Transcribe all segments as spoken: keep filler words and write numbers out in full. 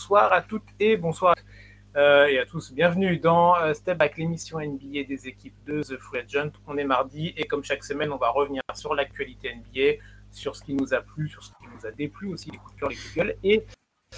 bonsoir à toutes et bonsoir euh, et à tous. Bienvenue dans euh, Step Back, l'émission N B A des équipes de The Free Agent. On est mardi et comme chaque semaine, on va revenir sur l'actualité N B A, sur ce qui nous a plu, sur ce qui nous a déplu aussi, les coups de cœur, les coups de gueule. Et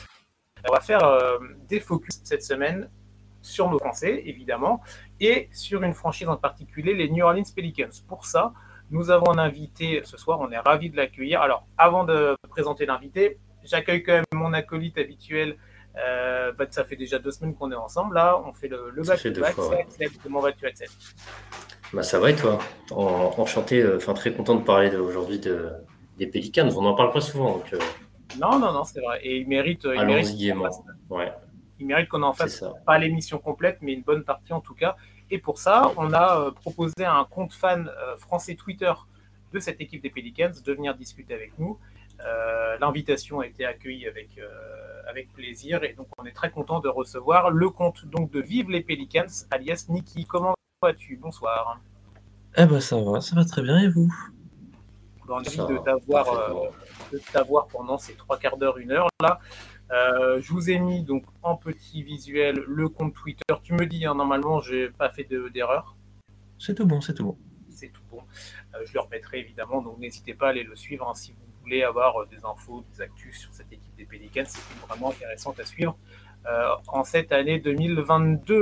on va faire euh, des focus cette semaine sur nos Français, évidemment, et sur une franchise en particulier, les New Orleans Pelicans. Pour ça, nous avons un invité ce soir, on est ravis de l'accueillir. Alors, avant de présenter l'invité, j'accueille quand même mon acolyte habituel. Euh, bah, ça fait déjà deux semaines qu'on est ensemble, là, on fait le, le back-to-back. Ouais. Comment vas-tu, Axel? Bah, ça va et toi? en, Enchanté, enfin très content de parler de, aujourd'hui de, des Pelicans, on n'en parle pas souvent. Donc, euh... Non, non, non, c'est vrai. Et il mérite, il mérite, gaiement. Ouais. il mérite qu'on en fasse pas l'émission complète, mais une bonne partie en tout cas. Et pour ça, on a euh, proposé à un compte fan euh, français Twitter de cette équipe des Pelicans de venir discuter avec nous. Euh, l'invitation a été accueillie avec, euh, avec plaisir et donc on est très content de recevoir le compte donc de Vive les Pelicans, alias Niki. Comment vas-tu? Bonsoir. Eh ben ça va, ça va très bien et vous? Dans l'envie de t'avoir, euh, de t'avoir pendant ces trois quarts d'heure, une heure là. Euh, je vous ai mis donc en petit visuel le compte Twitter. Tu me dis, hein, normalement, j'ai pas fait de, d'erreur. C'est tout bon, c'est tout bon. C'est tout bon. Euh, je le remettrai évidemment, donc n'hésitez pas à aller le suivre hein, si vous voulez avoir euh, des infos, des actus sur cette équipe des Pelicans. C'est vraiment intéressant à suivre euh, en cette année deux mille vingt-deux.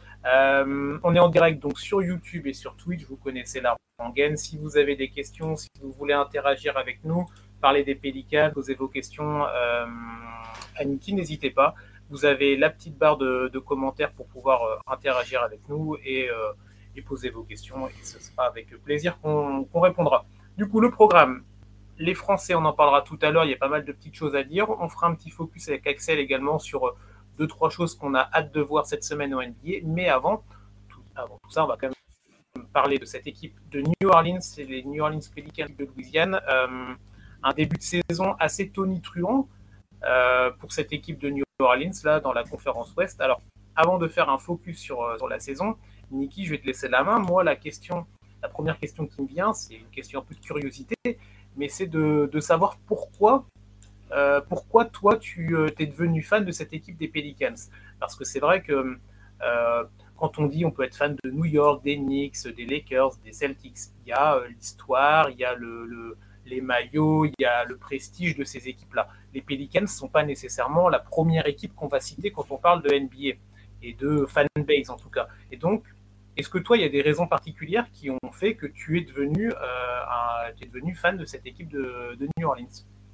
Euh, on est en direct donc sur YouTube et sur Twitch. Vous connaissez la rengaine. Si vous avez des questions, si vous voulez interagir avec nous, parler des Pelicans, poser vos questions euh, à Niki, n'hésitez pas. Vous avez la petite barre de, de commentaires pour pouvoir euh, interagir avec nous et, euh, et poser vos questions. Et ce sera avec plaisir qu'on, qu'on répondra. Du coup, le programme, les Français, on en parlera tout à l'heure. Il y a pas mal de petites choses à dire. On fera un petit focus avec Axel également sur deux, trois choses qu'on a hâte de voir cette semaine au N B A. Mais avant tout, avant tout ça, on va quand même parler de cette équipe de New Orleans. C'est les New Orleans Pelicans de Louisiane. Euh, un début de saison assez tonitruant euh, pour cette équipe de New Orleans là dans la conférence Ouest. Alors, avant de faire un focus sur, euh, sur la saison, Niki, je vais te laisser la main. Moi, la question, la première question qui me vient, c'est une question un peu de curiosité, mais c'est de, de savoir pourquoi, euh, pourquoi toi, tu euh, es devenu fan de cette équipe des Pelicans. Parce que c'est vrai que euh, quand on dit on peut être fan de New York, des Knicks, des Lakers, des Celtics, il y a euh, l'histoire, il y a le, le les maillots, il y a le prestige de ces équipes-là. Les Pelicans ne sont pas nécessairement la première équipe qu'on va citer quand on parle de N B A et de fanbase en tout cas. Et donc, est-ce que toi, il y a des raisons particulières qui ont fait que tu es devenu, euh, un, tu es devenu fan de cette équipe de, de New Orleans?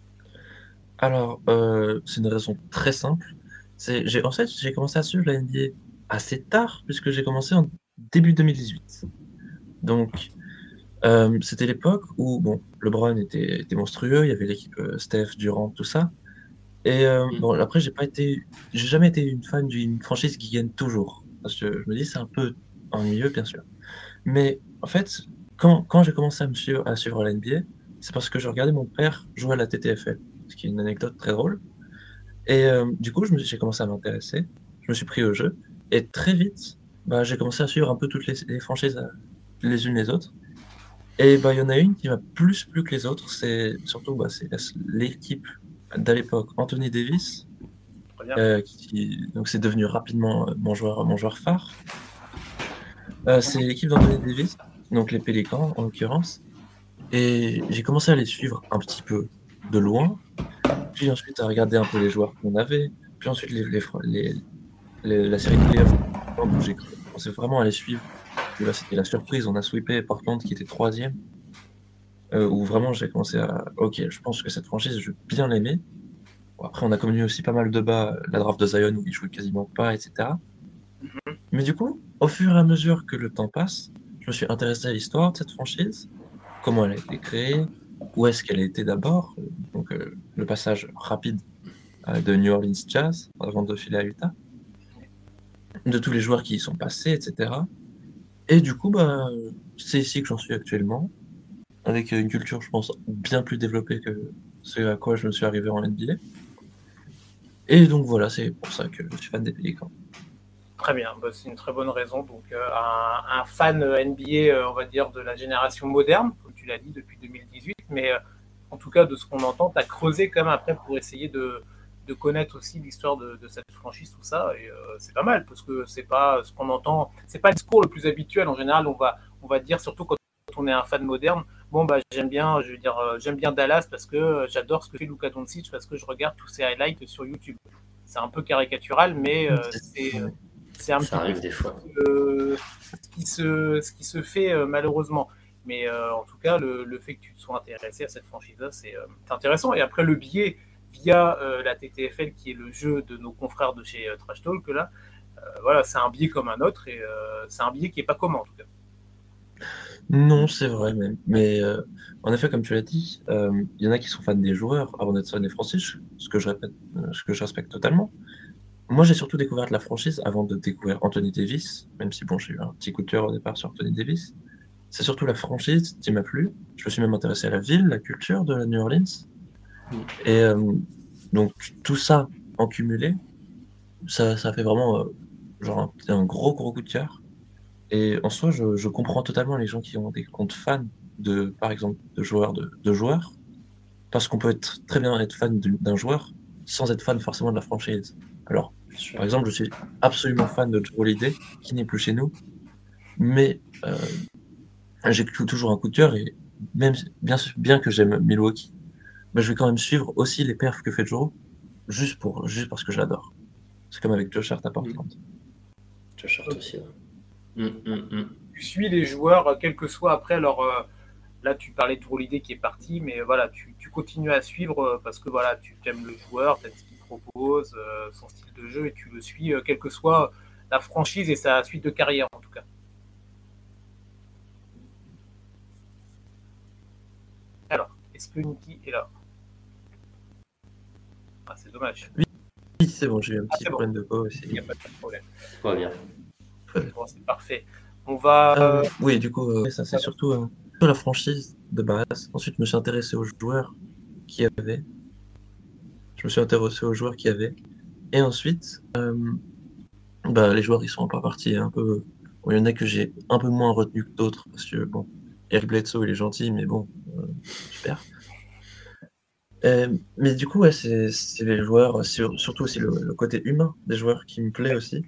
Alors, euh, c'est une raison très simple. C'est, j'ai, en fait, j'ai commencé à suivre la N B A assez tard, puisque j'ai commencé en début deux mille dix-huit. Donc, euh, c'était l'époque où bon, LeBron était, était monstrueux, il y avait l'équipe euh, Steph, Durant, tout ça. Et euh, bon, après, j'ai pas été, j'ai jamais été une fan d'une franchise qui gagne toujours. Parce que je me dis, c'est un peu ennuyeux, bien sûr. Mais en fait, quand, quand j'ai commencé à me suivre, à suivre la N B A, c'est parce que je regardais mon père jouer à la T T F L, ce qui est une anecdote très drôle. Et euh, du coup, je me, j'ai commencé à m'intéresser, je me suis pris au jeu, et très vite, bah, j'ai commencé à suivre un peu toutes les, les franchises euh, les unes les autres. Et bah, il y en a une qui m'a plus plu que les autres, c'est surtout bah, c'est l'équipe d'à l'époque, Anthony Davis, euh, qui, donc c'est devenu rapidement mon joueur, mon joueur phare. Euh, c'est l'équipe d'Anthony Davis, donc les Pélicans en l'occurrence. Et j'ai commencé à les suivre un petit peu de loin, puis ensuite à regarder un peu les joueurs qu'on avait, puis ensuite les, les, les, les- la série de playoffs où j'ai commencé vraiment à les suivre. Puis là, c'était la surprise, on a sweepé Portland qui était troisième, euh, où vraiment j'ai commencé à, ok, je pense que cette franchise, je vais bien l'aimer. Bon, après, on a connu aussi pas mal de bas, la draft de Zion où il jouait quasiment pas, et cetera. Mais du coup, au fur et à mesure que le temps passe, je me suis intéressé à l'histoire de cette franchise, comment elle a été créée, où est-ce qu'elle a été d'abord, euh, donc euh, le passage rapide euh, de New Orleans Jazz avant de filer à Utah, de tous les joueurs qui y sont passés, et cetera. Et du coup, bah, c'est ici que j'en suis actuellement, avec une culture, je pense, bien plus développée que ce à quoi je me suis arrivé en N B A. Et donc voilà, c'est pour ça que je suis fan des Pélicans. Très bien, bah, c'est une très bonne raison. Donc, euh, un, un fan N B A, euh, on va dire, de la génération moderne, comme tu l'as dit, depuis deux mille dix-huit, mais euh, en tout cas, de ce qu'on entend, tu as creusé quand même après pour essayer de, de connaître aussi l'histoire de, de cette franchise, tout ça. Et euh, c'est pas mal parce que c'est pas ce qu'on entend, c'est pas le discours le plus habituel. En général, on va, on va dire, surtout quand on est un fan moderne, bon bah j'aime bien, je veux dire, euh, j'aime bien Dallas parce que euh, j'adore ce que fait Luka Doncic parce que je regarde tous ses highlights sur YouTube. C'est un peu caricatural, mais euh, c'est euh, c'est un Ça petit arrive peu des fois. euh, ce qui se ce qui se fait euh, malheureusement. Mais euh, en tout cas, le, le fait que tu te sois intéressé à cette franchise-là, c'est euh, c'est intéressant. Et après, le biais via euh, la T T F L, qui est le jeu de nos confrères de chez euh, Trash Talk, là, euh, voilà, c'est un biais comme un autre, et euh, c'est un biais qui est pas commun en tout cas. Non, c'est vrai même. Mais euh, en effet, comme tu l'as dit, euh, il y en a qui sont fans des joueurs avant d'être fans des franchises, ce que je répète, euh, ce que je respecte totalement. Moi, j'ai surtout découvert la franchise avant de découvrir Anthony Davis, même si bon, j'ai eu un petit coup de cœur au départ sur Anthony Davis. C'est surtout la franchise qui m'a plu. Je me suis même intéressé à la ville, la culture de la New Orleans. Et euh, donc, tout ça en cumulé, ça, ça fait vraiment euh, genre un, un gros, gros coup de cœur. Et en soi, je, je comprends totalement les gens qui ont des comptes fans de, par exemple, de joueurs de, de joueurs, parce qu'on peut être très bien être fan de- d'un joueur sans être fan forcément de la franchise. Alors, Bien sûr. par exemple, je suis absolument fan de Joe Holiday, qui n'est plus chez nous, mais euh, j'ai toujours un coup de cœur et même bien, bien que j'aime Milwaukee, bah, je vais quand même suivre aussi les perfs que fait Joe, juste pour, juste parce que je l'adore. C'est comme avec Josh Hart à Portland. Josh Hart aussi. Ouais. Mm, mm, mm. Tu suis les joueurs, quel que soit après leur. Euh, là, tu parlais de Holiday qui est parti, mais voilà, tu, tu continues à suivre euh, parce que voilà, tu aimes le joueur, tu aimes ce qu'il propose, euh, son style de jeu, et tu le suis, euh, quelle que soit la franchise et sa suite de carrière en tout cas. Alors, est-ce que Niki est là? Ah, c'est dommage. Oui, c'est bon, j'ai eu un Ah, petit c'est bon, problème de voix aussi. il n'y a pas de problème. Tout va bien. Bon, c'est parfait. On va. Euh, oui, du coup, euh, ça c'est surtout euh, sur la franchise de base. Ensuite, je me suis intéressé aux joueurs qui y avait. Je me suis intéressé aux joueurs qui y avait. Et ensuite, euh, bah, les joueurs, ils sont pas partis un peu. Bon, il y en a que j'ai un peu moins retenu que d'autres parce que, bon, Eric Bledsoe, il est gentil, mais bon, euh, super. Euh, mais du coup, ouais, c'est c'est les joueurs, sur- surtout aussi le, le côté humain des joueurs qui me plaît aussi.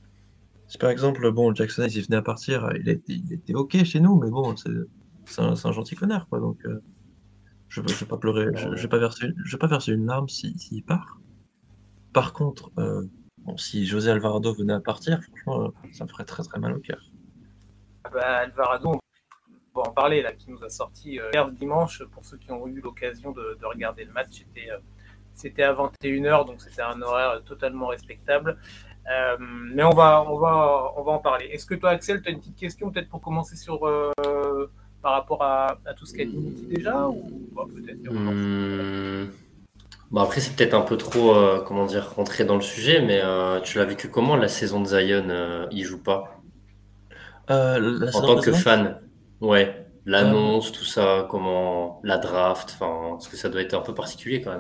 Si par exemple, bon, Jackson Hayes, il venait à partir, il était, il était OK chez nous, mais bon, c'est c'est un, c'est un gentil connard, quoi. Donc, euh, je ne vais pas pleurer, je, je vais pas verser, je vais pas verser une larme s'il si, s'il part. Par contre, euh, bon, si José Alvarado venait à partir, franchement, euh, ça me ferait très très mal au cœur. Bah, Alvarado, on va en parler là, qui nous a sorti euh, hier dimanche. Pour ceux qui ont eu l'occasion de, de regarder le match, c'était euh, c'était à vingt et une heures, donc c'était un horaire totalement respectable. Euh, mais on va, on, va, on va en parler. Est-ce que toi, Axel, tu as une petite question peut-être pour commencer sur euh, par rapport à, à tout ce qu'a dit Niki déjà ou bah, peut-être Hum, Bon, après, c'est peut-être un peu trop, euh, comment dire, rentrer dans le sujet, mais euh, tu l'as vécu comment la saison de Zion? Euh, il joue pas Euh, la en saison tant que précédente, fan. Ouais, euh, l'annonce, tout ça, comment la draft, enfin, parce que ça doit être un peu particulier quand même.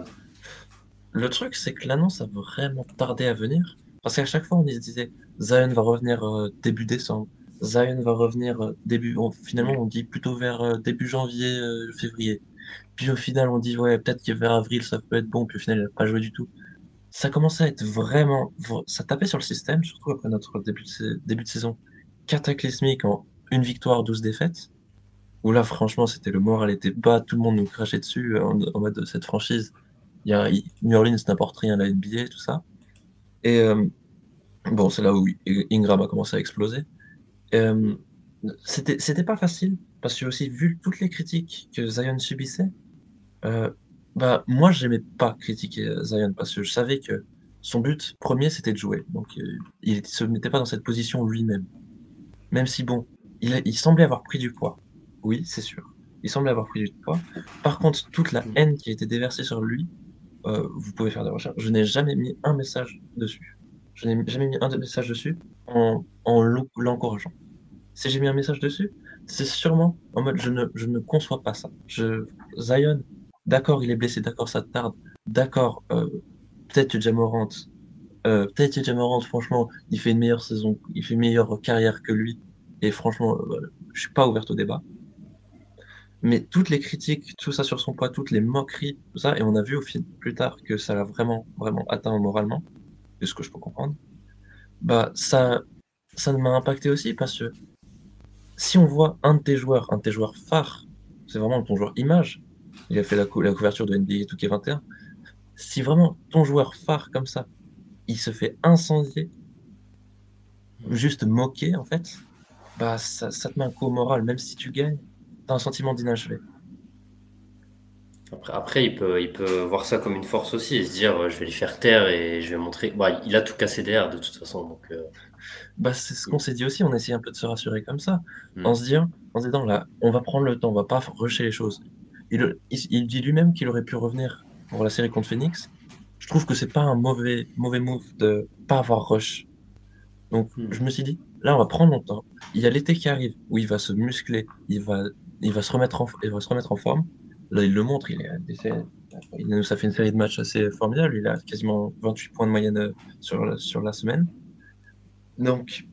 le truc, c'est que l'annonce a vraiment tardé à venir. Parce qu'à chaque fois, on se disait, Zion va revenir euh, début décembre. Zion va revenir euh, début. on- finalement, on dit plutôt vers euh, début janvier, euh, février. Puis au final, on dit, ouais, peut-être que vers avril, ça peut être bon. Puis au final, il n'a pas joué du tout. Ça commençait à être vraiment. vra- Ça tapait sur le système, surtout après notre début de, sa- début de saison cataclysmique en une victoire, douze défaites. Où là, franchement, c'était le moral était bas. Tout le monde nous crachait dessus euh, en, en mode de cette franchise. Il y a, il- New Orleans n'apporte rien à la N B A, tout ça. Et euh, bon, c'est là où Ingram a commencé à exploser. Euh, Mm. c'était, c'était pas facile, parce que j'ai aussi vu toutes les critiques que Zion subissait. Euh, bah, moi, j'aimais pas critiquer euh, Zion, parce que je savais que son but premier, c'était de jouer. Donc, euh, il se mettait pas dans cette position lui-même. Même si, bon, il, a- il semblait avoir pris du poids. Oui, c'est sûr. Il semblait avoir pris du poids. Par contre, toute la Mm. haine qui a été déversée sur lui, euh, vous pouvez faire des recherches. Je n'ai jamais mis un message dessus. Je n'ai jamais mis un message dessus en, en l'en- l'encourageant. Si j'ai mis un message dessus, c'est sûrement en mode je ne, je ne conçois pas ça. Je, Zion, d'accord, il est blessé, d'accord, ça tarde, d'accord, euh, peut-être que Jamorant, euh, peut-être que Jamorant, franchement, il fait une meilleure saison, il fait une meilleure carrière que lui, et franchement, euh, je suis pas ouverte au débat. Mais toutes les critiques, tout ça sur son poids, toutes les moqueries, tout ça, et on a vu au fil plus tard que ça l'a vraiment, vraiment atteint moralement, de ce que je peux comprendre, bah ça, ça m'a impacté aussi parce que si on voit un de tes joueurs, un de tes joueurs phares, c'est vraiment ton joueur image, il a fait la, cou- la couverture de N B A deux K vingt et un, si vraiment ton joueur phare comme ça, il se fait incendier, juste moquer en fait, bah ça, ça te met un coup au moral, même si tu gagnes, t'as un sentiment d'inachevé. Après, après, il peut, il peut voir ça comme une force aussi et se dire euh, je vais lui faire taire et je vais montrer. Bah, il a tout cassé derrière de toute façon. Donc, euh, Bah, c'est ce qu'on il- s'est dit aussi, on essaye un peu de se rassurer comme ça, en Hmm. se disant, en se disant là, on va prendre le temps, on va pas rusher les choses. Il, il, il dit lui-même qu'il aurait pu revenir pour la série contre Phoenix. Je trouve que c'est pas un mauvais, mauvais move de pas avoir rush. Donc Hmm. je me suis dit, là on va prendre notre temps. Il y a l'été qui arrive où il va se muscler, il va, il va se remettre en, il va se remettre en forme. Là il le montre, il est, il il nous a fait une série de matchs assez formidable. Il a quasiment vingt-huit points de moyenne euh, sur, la- sur la semaine. Donc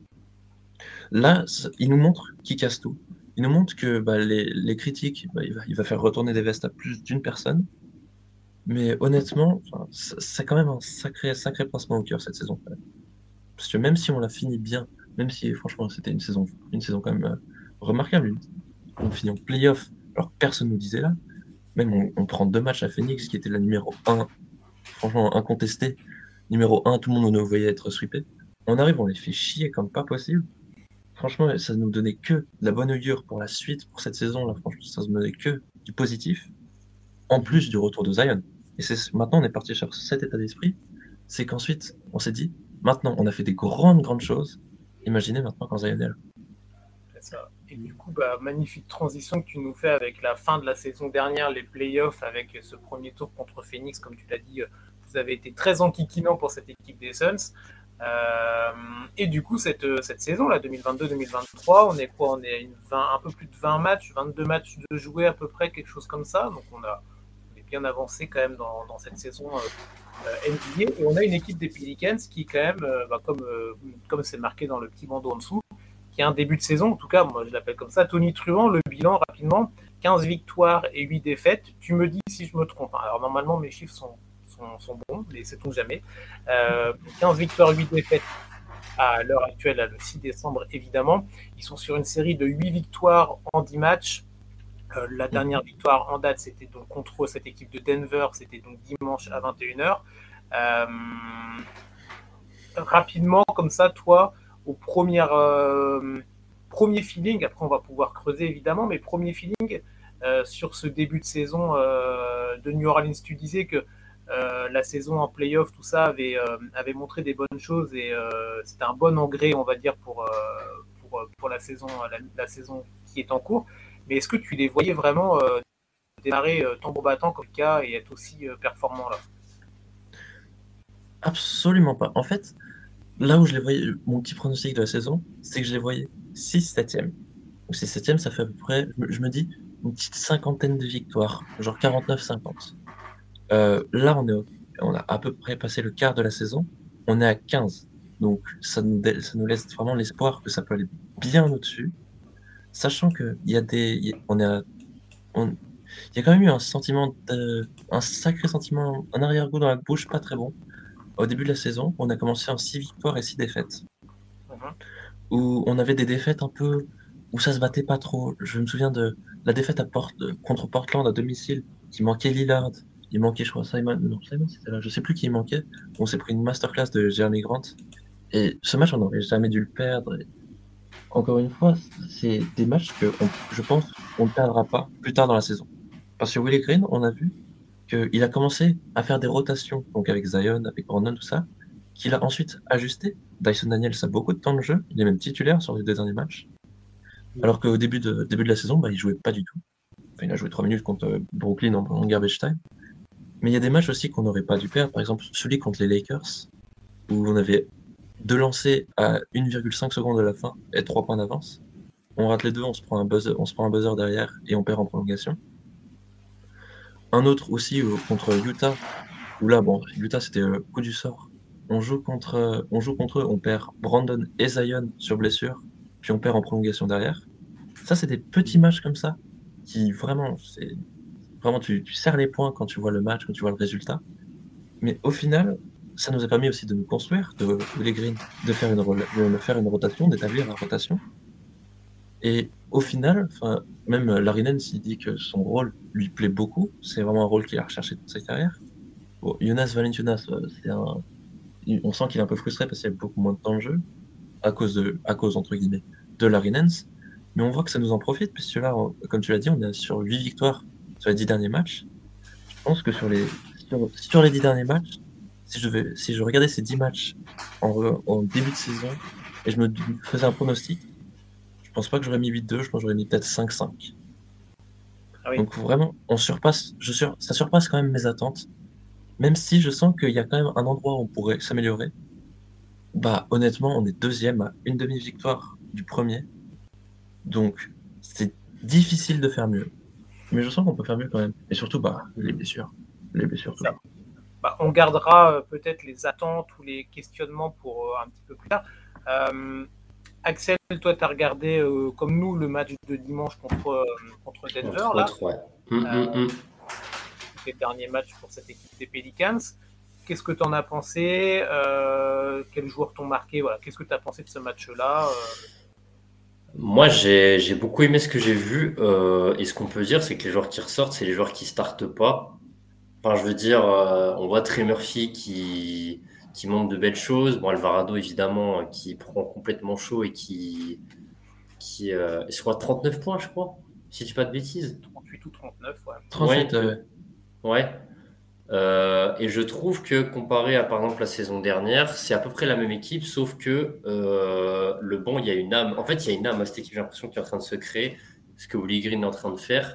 là, ça- il nous montre qu'il casse tout. Il nous montre que bah, les, les critiques, bah, il va, il va faire retourner des vestes à plus d'une personne. Mais honnêtement, enfin, ça- c'est quand même un sacré, sacré pincement au cœur cette saison, quand même. Parce que même si on l'a fini bien, même si franchement c'était une saison, une saison quand même euh, remarquable, une- on finit en playoff, alors que personne ne nous disait là. Même on, on prend deux matchs à Phoenix, qui était la numéro un, franchement incontesté. Numéro un, tout le monde nous voyait être sweepé. On arrive, on les fait chier comme pas possible. Franchement, ça nous donnait que de la bonne augure pour la suite, pour cette saison-là. Franchement, ça nous donnait que du positif, en plus du retour de Zion. Et c'est maintenant, on est parti sur cet état d'esprit. C'est qu'ensuite, on s'est dit, maintenant, on a fait des grandes, grandes choses. Imaginez maintenant quand Zion est là. C'est ça. Et du coup, bah, magnifique transition que tu nous fais avec la fin de la saison dernière, les playoffs, avec ce premier tour contre Phoenix, comme tu l'as dit, vous avez été très enquiquinant pour cette équipe des Suns. Euh, et du coup, cette, cette saison-là, deux mille vingt-deux deux mille vingt-trois, on est quoi? On est à une vingt, un peu plus de vingt matchs, vingt-deux matchs de jouer à peu près, quelque chose comme ça. Donc on, a, on est bien avancé quand même dans, dans cette saison euh, N B A. Et on a une équipe des Pelicans qui, quand même, euh, bah, comme euh, comme c'est marqué dans le petit bandeau en dessous, qui a un début de saison, en tout cas, moi je l'appelle comme ça, Tony Truant, le bilan rapidement, quinze victoires et huit défaites. Tu me dis si je me trompe. Alors normalement, mes chiffres sont, sont, sont bons, mais sait-on jamais. Euh, quinze victoires, huit défaites à l'heure actuelle, le six décembre, évidemment. Ils sont sur une série de huit victoires en dix matchs. Euh, la dernière victoire en date, c'était donc contre cette équipe de Denver, c'était donc dimanche à vingt et une heures. Euh, rapidement, comme ça, toi, au premier, euh, premier feeling, après on va pouvoir creuser évidemment, mais premier feeling euh, sur ce début de saison euh, de New Orleans, tu disais que euh, la saison en playoff, tout ça avait, euh, avait montré des bonnes choses et euh, c'était un bon engrais, on va dire, pour, euh, pour, pour la, saison, la, la, saison qui est en cours. Mais est-ce que tu les voyais vraiment euh, démarrer euh, tambour battant comme le cas et être aussi euh, performants là? Absolument pas. En fait, là où je les voyais, mon petit pronostic de la saison, c'est que je les voyais six septième. Donc six septième, ça fait à peu près, je me, je me dis, une petite cinquantaine de victoires, genre quarante-neuf cinquante. Euh, là, on est, au- on a à peu près passé le quart de la saison, on est à quinze. Donc ça nous, dé- ça nous laisse vraiment l'espoir que ça peut aller bien au-dessus, sachant que il y a des, il y a- on est à- on- il y a quand même eu un sentiment de, un sacré sentiment, un arrière-goût dans la bouche, pas très bon. Au début de la saison, on a commencé en six victoires et six défaites, Mhm. où on avait des défaites un peu où ça se battait pas trop. Je me souviens de la défaite à Port- contre Portland à domicile, qui manquait Lillard, il manquait, je crois, Simon. Non, Simon, c'était là, je sais plus qui il manquait. On s'est pris une masterclass de Jeremy Grant. Et ce match, on n'aurait jamais dû le perdre. Et encore une fois, c'est des matchs que on- je pense on ne perdra pas plus tard dans la saison. Parce que Willie Green, on a vu qu'il a commencé à faire des rotations, donc avec Zion, avec Brandon, tout ça, qu'il a ensuite ajusté. Dyson Daniels a beaucoup de temps de jeu, il est même titulaire sur les deux derniers matchs, alors qu'au début de, début de la saison, bah, il jouait pas du tout. Enfin, il a joué trois minutes contre euh, Brooklyn en, en garbage time. Mais il y a des matchs aussi qu'on n'aurait pas dû perdre, par exemple celui contre les Lakers, où on avait deux lancers à une virgule cinq secondes de la fin et trois points d'avance. On rate les deux, on se prend un buzzer, on se prend un buzzer derrière et on perd en prolongation. Un autre aussi euh, contre Utah, où là, bon, Utah, c'était le coup du sort. On joue contre, euh, on joue contre eux, on perd Brandon et Zion sur blessure, puis on perd en prolongation derrière. Ça, c'est des petits matchs comme ça. qui vraiment, c'est vraiment tu, tu serres les poings quand tu vois le match, quand tu vois le résultat. Mais au final, ça nous a permis aussi de nous construire, de Willie Green, de faire une, rela- de faire une rotation, d'établir la rotation. Et au final, enfin, même Larry Nance, il dit que son rôle lui plaît beaucoup. C'est vraiment un rôle qu'il a recherché toute sa carrière. Bon, Jonas Valanciunas, euh, c'est un, il- on sent qu'il est un peu frustré parce qu'il y a beaucoup moins de temps de jeu à cause de, à cause entre guillemets de Larry Nance. Mais on voit que ça nous en profite puisque là, on- comme tu l'as dit, on est sur huit victoires sur les dix derniers matchs. Je pense que sur les, sur, sur les dix derniers matchs, si je devais, si je regardais ces dix matchs en, re- en début de saison et je me faisais un pronostic, je pense pas que j'aurais mis huit deux, je pense que j'aurais mis peut-être cinq cinq. Ah oui. Donc vraiment, on surpasse, je sur, ça surpasse quand même mes attentes, même si je sens qu'il y a quand même un endroit où on pourrait s'améliorer. Bah honnêtement, on est deuxième à une demi-victoire du premier, donc c'est difficile de faire mieux. Mais je sens qu'on peut faire mieux quand même. Et surtout, bah, les blessures. Les blessures C'est ça. toujours. Bah, on gardera euh, peut-être les attentes ou les questionnements pour euh, un petit peu plus tard. Euh, Axel, toi, tu as regardé euh, comme nous le match de dimanche contre, euh, contre Denver, Entre là, autres, ouais. Hum, hum, euh, hum. les derniers matchs pour cette équipe des Pelicans. Qu'est-ce que tu en as pensé euh, Quels joueurs t'ont marqué voilà. Qu'est-ce que tu as pensé de ce match-là euh, Moi, j'ai j'ai beaucoup aimé ce que j'ai vu. Euh, et ce qu'on peut dire, c'est que les joueurs qui ressortent, c'est les joueurs qui startent pas. Enfin, je veux dire, euh, on voit Trey Murphy qui, qui montre de belles choses. Bon, Alvarado, évidemment, euh, qui prend complètement chaud et qui, qui euh, il se croit trente-neuf points, je crois, si je dis pas de bêtises. trente-huit ou trente-neuf, ouais. Ouais, trente-huit, peut- euh, ouais. Euh, et je trouve que comparé à par exemple la saison dernière, c'est à peu près la même équipe, sauf que euh, le banc, il y a une âme. En fait, il y a une âme à cette équipe. J'ai l'impression qu'il est en train de se créer, ce que Willie Green est en train de faire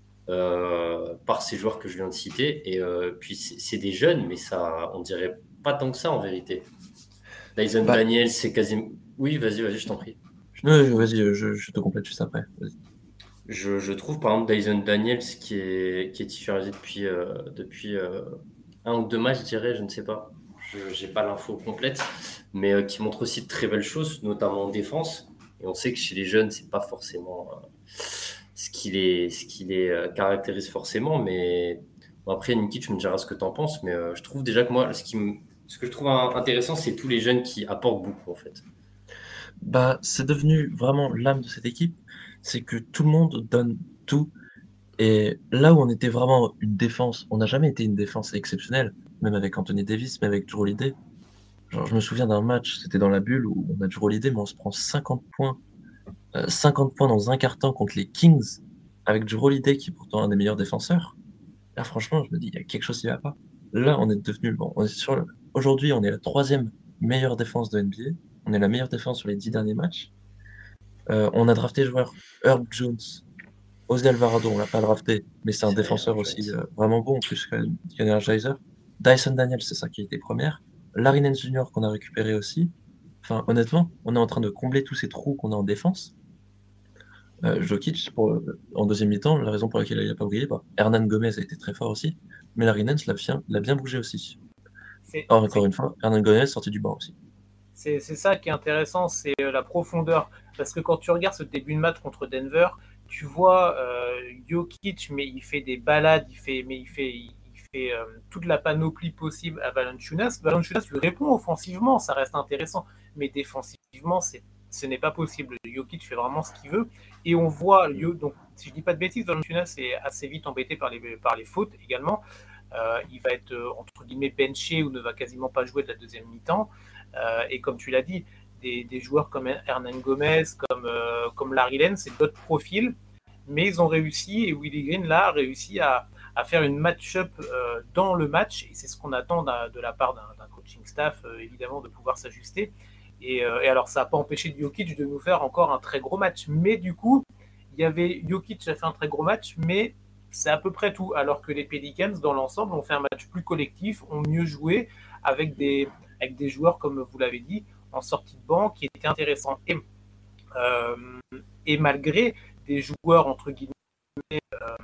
euh, par ces joueurs que je viens de citer. Et euh, puis c'est c'est des jeunes, mais ça, on dirait pas tant que ça en vérité. Dyson bah, Daniels, c'est quasiment. Oui, vas-y, vas-y, je t'en prie. Je t'en ouais, prie. vas-y, euh, je, je te complète juste après. Vas-y. Je, je trouve par exemple Dyson Daniels qui est, qui est titularisé depuis, euh, depuis euh, un ou deux matchs, je dirais, je ne sais pas. Je n'ai pas l'info complète, mais euh, qui montre aussi de très belles choses, notamment en défense. Et on sait que chez les jeunes, c'est pas forcément euh, ce qui les, ce qui les euh, caractérise forcément. Mais bon, après, Niki, tu me diras ce que tu en penses, mais euh, je trouve déjà que moi, ce, qui me- ce que je trouve un- intéressant, c'est tous les jeunes qui apportent beaucoup en fait. Bah, c'est devenu vraiment l'âme de cette équipe. C'est que tout le monde donne tout. Et là où on était vraiment une défense, on n'a jamais été une défense exceptionnelle, même avec Anthony Davis, même avec Drew Holiday. Genre, je me souviens d'un match, c'était dans la bulle où on a Drew Holiday, mais on se prend cinquante points, euh, cinquante points dans un quart-temps contre les Kings, avec Drew Holiday qui est pourtant un des meilleurs défenseurs. Là, franchement, je me dis, il y a quelque chose qui va pas. Là, on est devenu, bon, on est sur le- aujourd'hui, on est la troisième meilleure défense de N B A. On est la meilleure défense sur les dix derniers matchs. Euh, on a drafté le joueur Herb Jones, Ozzy Alvarado, on l'a pas drafté, mais c'est un C'est rien, défenseur aussi Jones. euh, vraiment bon, plus que qu'Energizer. Dyson Daniels, c'est ça qui était première. Larry Nance junior qu'on a récupéré aussi. Enfin, honnêtement, on est en train de combler tous ces trous qu'on a en défense. Euh, Jokic, pour, euh, en deuxième mi-temps, la raison pour laquelle il n'a pas brillé, bah, Hernan Gomez a été très fort aussi, mais Larry Nance l'a bien, l'a bien bougé aussi. C'est Or, c'est encore une fois, Hernan Gomez sorti du banc aussi. C'est c'est ça qui est intéressant, c'est euh, la profondeur. Parce que quand tu regardes ce début de match contre Denver, tu vois euh, Jokic, mais il fait des balades, il fait, mais il fait, il fait euh, toute la panoplie possible à Valanciunas. Valanciunas lui répond offensivement, ça reste intéressant, mais défensivement, c'est, ce n'est pas possible. Jokic fait vraiment ce qu'il veut. Et on voit, donc, si je dis pas de bêtises, Valanciunas est assez vite embêté par les, par les fautes également. Euh, il va être, euh, entre guillemets, benché ou ne va quasiment pas jouer de la deuxième mi-temps. Euh, et comme tu l'as dit, des, des joueurs comme Hernan Gomez, comme, euh, comme Larry Nance, c'est d'autres profils, mais ils ont réussi, et Willie Green là a réussi à, à faire une match-up euh, dans le match, et c'est ce qu'on attend de la part d'un coaching staff, euh, évidemment, de pouvoir s'ajuster. Et, euh, et alors, ça n'a pas empêché Jokic de nous faire encore un très gros match, mais du coup, il y avait Jokic a fait un très gros match, mais c'est à peu près tout, alors que les Pelicans, dans l'ensemble, ont fait un match plus collectif, ont mieux joué, avec des, avec des joueurs, comme vous l'avez dit, en sortie de banc, qui étaient intéressants. Et, euh, et malgré des joueurs, entre guillemets, euh,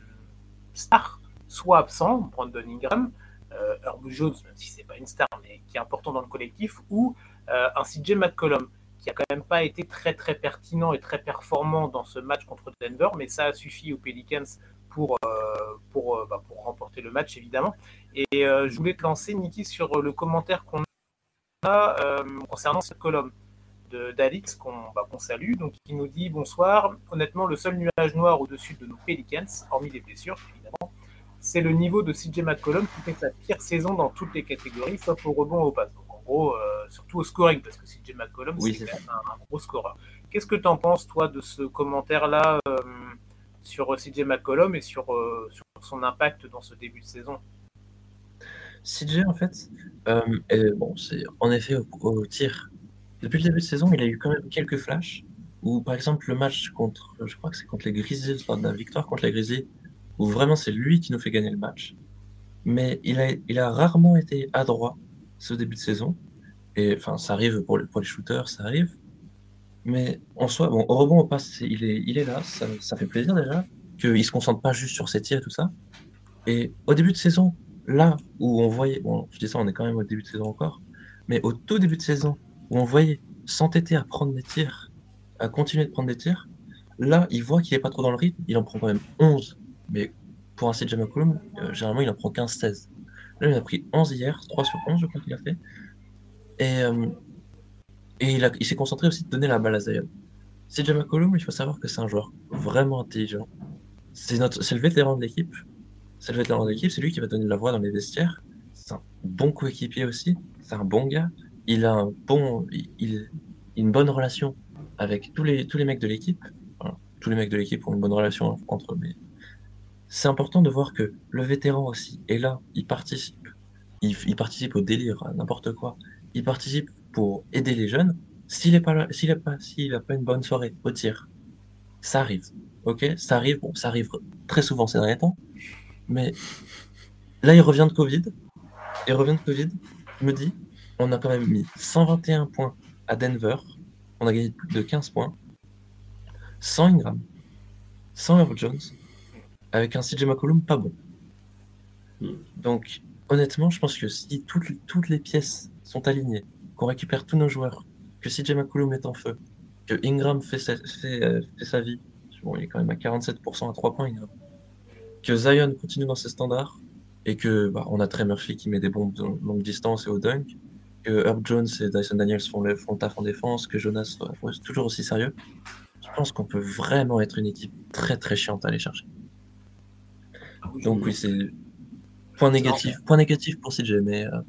stars, soit absents, Brandon Ingram, euh, Herb Jones, même si c'est pas une star, mais qui est important dans le collectif, ou euh, un C J McCollum. qui a quand même pas été très très pertinent et très performant dans ce match contre Denver, mais ça a suffi aux Pelicans pour, euh, pour, euh, bah, pour remporter le match évidemment. Et euh, je voulais te lancer, Niki, sur le commentaire qu'on a euh, concernant cette colonne d'Alix qu'on bah, qu'on salue, donc qui nous dit bonsoir. Honnêtement, le seul nuage noir au-dessus de nos Pelicans, hormis les blessures évidemment, c'est le niveau de C J McCollum qui fait sa pire saison dans toutes les catégories, sauf au rebond et au passe. Donc en gros, euh, surtout au scoring, parce que C J McCollum, Oui, c'est c'est quand même un, un gros scoreur. Qu'est-ce que tu en penses, toi, de ce commentaire-là euh, sur C J McCollum et sur, euh, sur son impact dans ce début de saison? C J, en fait, euh, est- bon, c'est en effet au, au tir. Depuis le début de saison, il a eu quand même quelques flashs. Où, par exemple, le match contre, je crois que c'est contre les Grizzlies, lors de la victoire contre les Grizzlies, où vraiment c'est lui qui nous fait gagner le match. Mais il a, il a rarement été adroit ce début de saison. Et enfin, ça arrive pour, les- pour les shooters, ça arrive. Mais en soi, bon, au rebond, au passe, c'est- il est, il est là, ça, ça fait plaisir déjà, qu'il se concentre pas juste sur ses tirs et tout ça. Et au début de saison, là où on voyait, bon, je dis ça, on est quand même au début de saison encore, mais au tout début de saison, où on voyait s'entêter à prendre des tirs, à continuer de prendre des tirs, là, il voit qu'il est pas trop dans le rythme, il en prend quand même onze. Mais pour un C J McCollum, euh, généralement, il en prend quinze seize. Là, il a pris onze hier, trois sur onze, je crois qu'il a fait. Et, euh, et il a, il s'est concentré aussi de donner la balle à Zion. C J McCollum, il faut savoir que c'est un joueur vraiment intelligent. C'est notre, c'est le vétéran de l'équipe. C'est le vétéran de l'équipe, c'est lui qui va donner la voix dans les vestiaires. C'est un bon coéquipier aussi. C'est un bon gars. Il a un bon, il, il- une bonne relation avec tous les, tous les mecs de l'équipe. Voilà. Tous les mecs de l'équipe ont une bonne relation entre eux. Mais c'est important de voir que le vétéran aussi est là. Il participe. Il, il participe au délire, à n'importe quoi. Il participe pour aider les jeunes. S'il est pas là, s'il a pas, s'il a pas une bonne soirée au tir, ça arrive. Ok, ça arrive. Bon, ça arrive très souvent ces derniers temps. Mais là, il revient de Covid. Il revient de Covid. Il me dit, on a quand même mis cent vingt et un points à Denver. On a gagné plus de quinze points. Sans Ingram, sans Herb Jones, avec un C J McCollum pas bon. Donc, honnêtement, je pense que si toutes, toutes les pièces sont alignées, qu'on récupère tous nos joueurs, que C J McCollum est en feu, que Ingram fait sa, fait, euh, fait sa vie, bon, il est quand même à quarante-sept pour cent à trois points, Ingram, que Zion continue dans ses standards, et que bah, on a Trey Murphy qui met des bombes de longue distance et au dunk, que Herb Jones et Dyson Daniels font le, font le taf en défense, que Jonas euh, reste toujours aussi sérieux, je pense qu'on peut vraiment être une équipe très très chiante à aller chercher. Donc oui, c'est point négatif, point négatif pour C J, mais euh,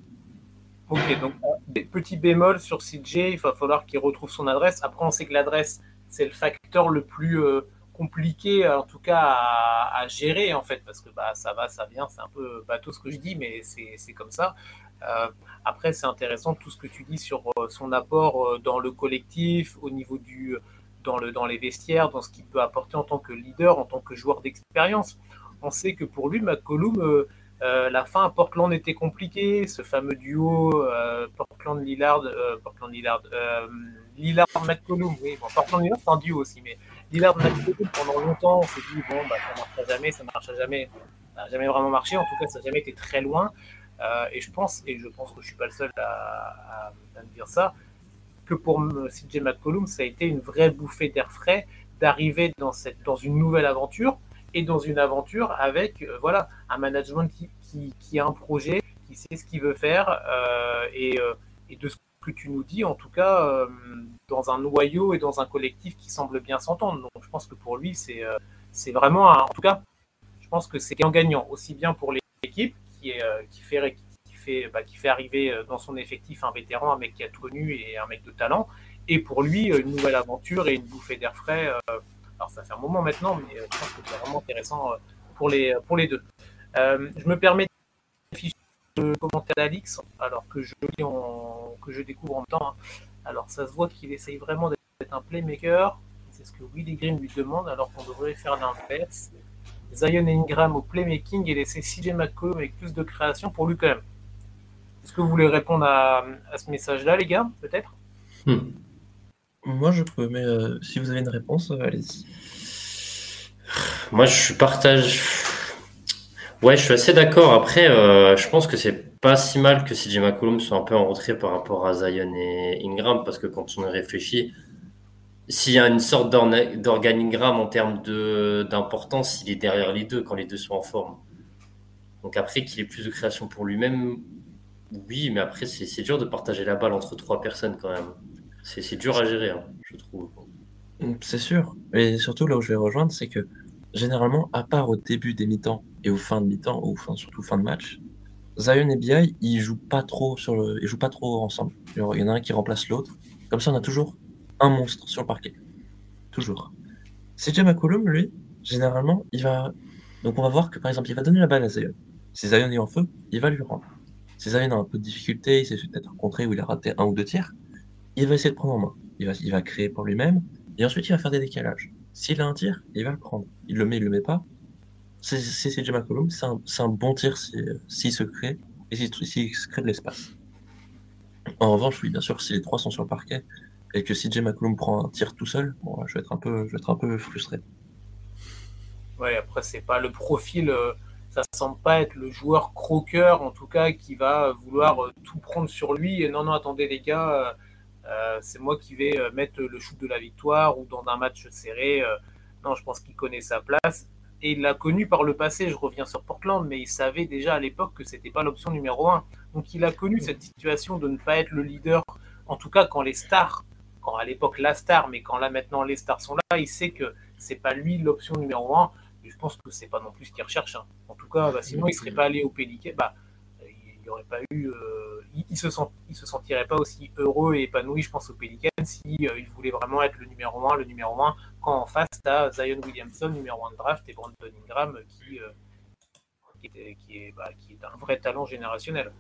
Ok, donc des petits bémols sur C J, il va falloir qu'il retrouve son adresse. Après, on sait que l'adresse, c'est le facteur le plus euh, compliqué, en tout cas, à, à gérer, en fait, parce que bah, ça va, ça vient, c'est un peu bateau ce que je dis, mais c'est c'est comme ça. Euh, après, c'est intéressant tout ce que tu dis sur euh, son apport euh, dans le collectif, au niveau du, dans, le, dans les vestiaires, dans ce qu'il peut apporter en tant que leader, en tant que joueur d'expérience. On sait que pour lui, McCollum, euh, euh, la fin à Portland était compliquée, ce fameux duo euh, Portland-Lillard, euh, Portland-Lillard, euh, Lillard-McCollum, oui, bon, Portland-Lillard c'est un duo aussi, mais Lillard-McCollum pendant longtemps, on s'est dit bon, bah, ça marchera jamais, ça marchera jamais, ça n'a jamais vraiment marché, en tout cas ça n'a jamais été très loin, euh, et je pense, et je pense que je suis pas le seul à, à, à me dire ça, que pour C J McCollum, ça a été une vraie bouffée d'air frais d'arriver dans, cette, dans une nouvelle aventure, et dans une aventure avec euh, voilà, un management qui, qui, qui, a un projet, qui sait ce qu'il veut faire, euh, et, euh, et de ce que tu nous dis, en tout cas, euh, dans un noyau et dans un collectif qui semble bien s'entendre. Donc je pense que pour lui, c'est euh, c'est vraiment, un, en tout cas, je pense que c'est gagnant-gagnant, aussi bien pour l'équipe qui, est, euh, qui, fait, qui, fait, bah, qui fait arriver dans son effectif un vétéran, un mec qui a tout connu et un mec de talent, et pour lui, une nouvelle aventure et une bouffée d'air frais. Euh, Alors ça fait un moment maintenant, mais je pense que c'est vraiment intéressant pour les, pour les deux. Euh, je me permets de ficher le commentaire d'Alix, alors que je, en, que je découvre en même temps. Alors ça se voit qu'il essaye vraiment d'être un playmaker. C'est ce que Willie Green lui demande, alors qu'on devrait faire l'inverse. Zion et Ingram au playmaking et laisser C J McCollum avec plus de création pour lui quand même. Est-ce que vous voulez répondre à, à ce message-là, les gars, peut-être? hmm. Moi, je peux, mais euh, si vous avez une réponse, euh, allez-y. Moi, je partage. Ouais, je suis assez d'accord. Après, euh, je pense que c'est pas si mal que C J McCollum soit un peu en retrait par rapport à Zion et Ingram, parce que quand on y réfléchit, s'il y a une sorte d'orna- d'organigramme en termes de, d'importance, il est derrière les deux quand les deux sont en forme. Donc après, qu'il ait plus de création pour lui-même, oui, mais après, c'est, c'est dur de partager la balle entre trois personnes quand même. C'est, c'est dur à gérer, hein, je trouve. Mm, C'est sûr. Et surtout, là où je vais rejoindre, c'est que généralement, à part au début des mi-temps et aux fins de mi-temps, ou enfin, surtout fin de match, Zion et B I, ils jouent pas trop sur le... ils jouent pas trop ensemble. Genre, il y en a un qui remplace l'autre. Comme ça, on a toujours un monstre sur le parquet. Toujours. C J McCollum, lui, généralement, il va. Donc, on va voir que, par exemple, il va donner la balle à Zion. Si Zion est en feu, il va lui rendre. Si Zion a un peu de difficulté, il s'est fait peut-être rencontrer où il a raté un ou deux tirs, il va essayer de prendre en main. Il va, il va créer pour lui-même, et ensuite il va faire des décalages. S'il a un tir, il va le prendre. Il le met, il le met pas. C'est c'est C J McCollum, c'est un, c'est un bon tir si- s'il se crée, et s'il s'il se crée de l'espace. En revanche, oui, bien sûr, si les trois sont sur le parquet, et que C J McCollum prend un tir tout seul, bon, là, je vais être un peu, je vais être un peu frustré. Ouais, après, c'est pas le profil, euh, ça semble pas être le joueur croqueur, en tout cas, qui va vouloir euh, tout prendre sur lui. Et non, non, attendez, les gars, euh, euh, c'est moi qui vais euh, mettre le shoot de la victoire ou dans un match serré. euh, non, je pense qu'il connaît sa place. Et il l'a connu par le passé, je reviens sur Portland, mais il savait déjà à l'époque que c'était pas l'option numéro un. Donc il a connu cette situation de ne pas être le leader, en tout cas quand les stars, quand à l'époque la star, mais quand là maintenant les stars sont là, il sait que c'est pas lui l'option numéro un. Et je pense que c'est pas non plus ce qu'il recherche, hein. En tout cas, bah, sinon il serait pas allé au Pélican. Bah, il n'y aurait pas eu, euh, il, il, se sent, il se sentirait pas aussi heureux et épanoui, je pense, au Pélican si euh, il voulait vraiment être le numéro un, le numéro un, quand en face t'as Zion Williamson, numéro un de draft, et Brandon Ingram qui, euh, qui, est, qui, est, bah, qui est un vrai talent générationnel.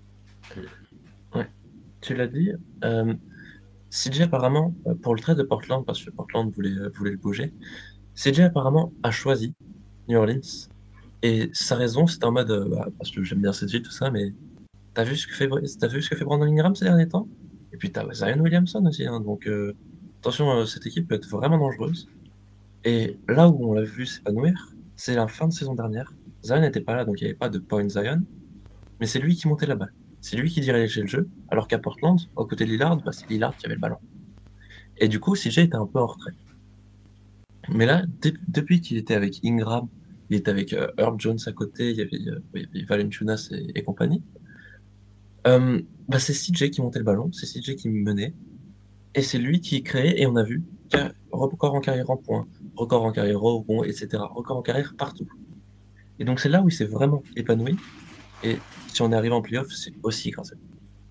Ouais, tu l'as dit. Euh, C J apparemment, euh, pour le trade de Portland, parce que Portland voulait, euh, voulait le bouger, C J apparemment a choisi New Orleans. Et sa raison, c'était en mode, euh, bah, parce que j'aime bien C J, tout ça, mais t'as vu ce que fait, t'as vu ce que fait Brandon Ingram ces derniers temps? Et puis t'as Zion Williamson aussi, hein, donc euh, attention, euh, cette équipe peut être vraiment dangereuse. Et là où on l'a vu s'épanouir, c'est la fin de saison dernière. Zion n'était pas là, donc il n'y avait pas de point Zion, mais c'est lui qui montait la balle. C'est lui qui dirigeait le jeu, alors qu'à Portland, aux côtés de Lillard, bah, c'est Lillard qui avait le ballon. Et du coup, C J était un peu en retrait. Mais là, dé- depuis qu'il était avec Ingram, il était avec euh, Herb Jones à côté, il y avait, euh, il y avait Valanciunas et, et compagnie. Euh, bah, c'est C J qui montait le ballon, c'est C J qui menait, et c'est lui qui créait, et on a vu, ca- record en carrière en points, record en carrière au rebond, et cetera. Record en carrière partout. Et donc c'est là où il s'est vraiment épanoui, et si on est arrivé en playoff, c'est aussi grâce à lui.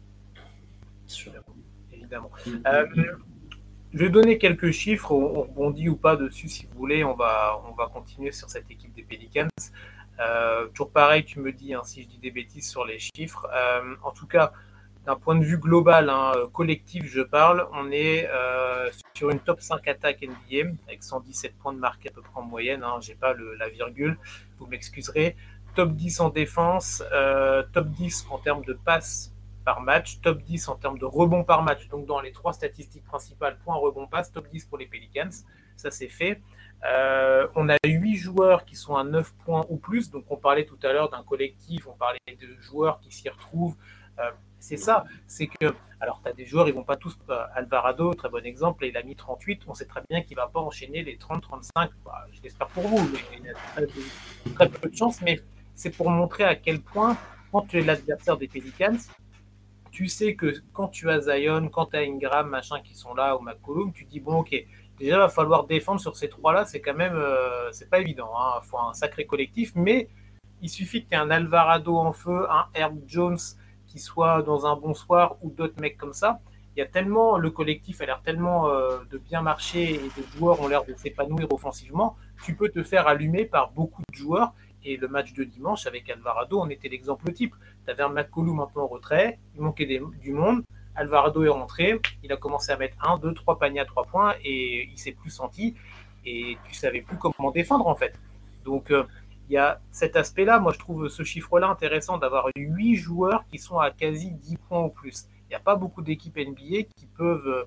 Sûr. Évidemment. Mm, Euh, mm, mm. je vais donner quelques chiffres, on, on rebondit ou pas dessus si vous voulez, on va, on va continuer sur cette équipe des Pelicans. Euh, toujours pareil, tu me dis hein, si je dis des bêtises sur les chiffres. Euh, en tout cas, d'un point de vue global, hein, collectif, je parle, on est euh, sur une top cinq attaque N B A avec cent dix-sept points de marque à peu près en moyenne. Hein, j'ai pas le, la virgule, vous m'excuserez. Top dix en défense, euh, top dix en termes de passes par match, top dix en termes de rebonds par match. Donc dans les trois statistiques principales, points, rebonds, passes, top dix pour les Pelicans. Ça c'est fait. Euh, on a huit joueurs qui sont à neuf points ou plus. Donc on parlait tout à l'heure d'un collectif, on parlait de joueurs qui s'y retrouvent. Euh, c'est ça, c'est que, alors tu as des joueurs, ils vont pas tous, euh, Alvarado, très bon exemple, il a mis trente-huit, on sait très bien qu'il va pas enchaîner les trente trente-cinq, bah, je l'espère pour vous, il y a très, très peu de chance, mais c'est pour montrer à quel point, quand tu es l'adversaire des Pelicans, tu sais que quand tu as Zion, quand tu as Ingram, machin, qui sont là, ou McCollum, tu dis, bon, ok, déjà, il va falloir défendre sur ces trois-là, c'est quand même, euh, c'est pas évident, il hein, faut un sacré collectif, mais il suffit que tu aies un Alvarado en feu, un Herb Jones qui soit dans un bon soir, ou d'autres mecs comme ça. Il y a tellement, le collectif a l'air tellement euh, de bien marcher et de joueurs ont l'air de s'épanouir offensivement, tu peux te faire allumer par beaucoup de joueurs. Et le match de dimanche avec Alvarado, on était l'exemple type. Tu avais un McCollum un peu en retrait, il manquait des, du monde. Alvarado est rentré, il a commencé à mettre un, deux, trois paniers à trois points et il s'est plus senti. Et tu savais plus comment défendre en fait. Donc il euh, y a cet aspect-là. Moi, je trouve ce chiffre-là intéressant d'avoir huit joueurs qui sont à quasi dix points ou plus. Il n'y a pas beaucoup d'équipes N B A qui peuvent,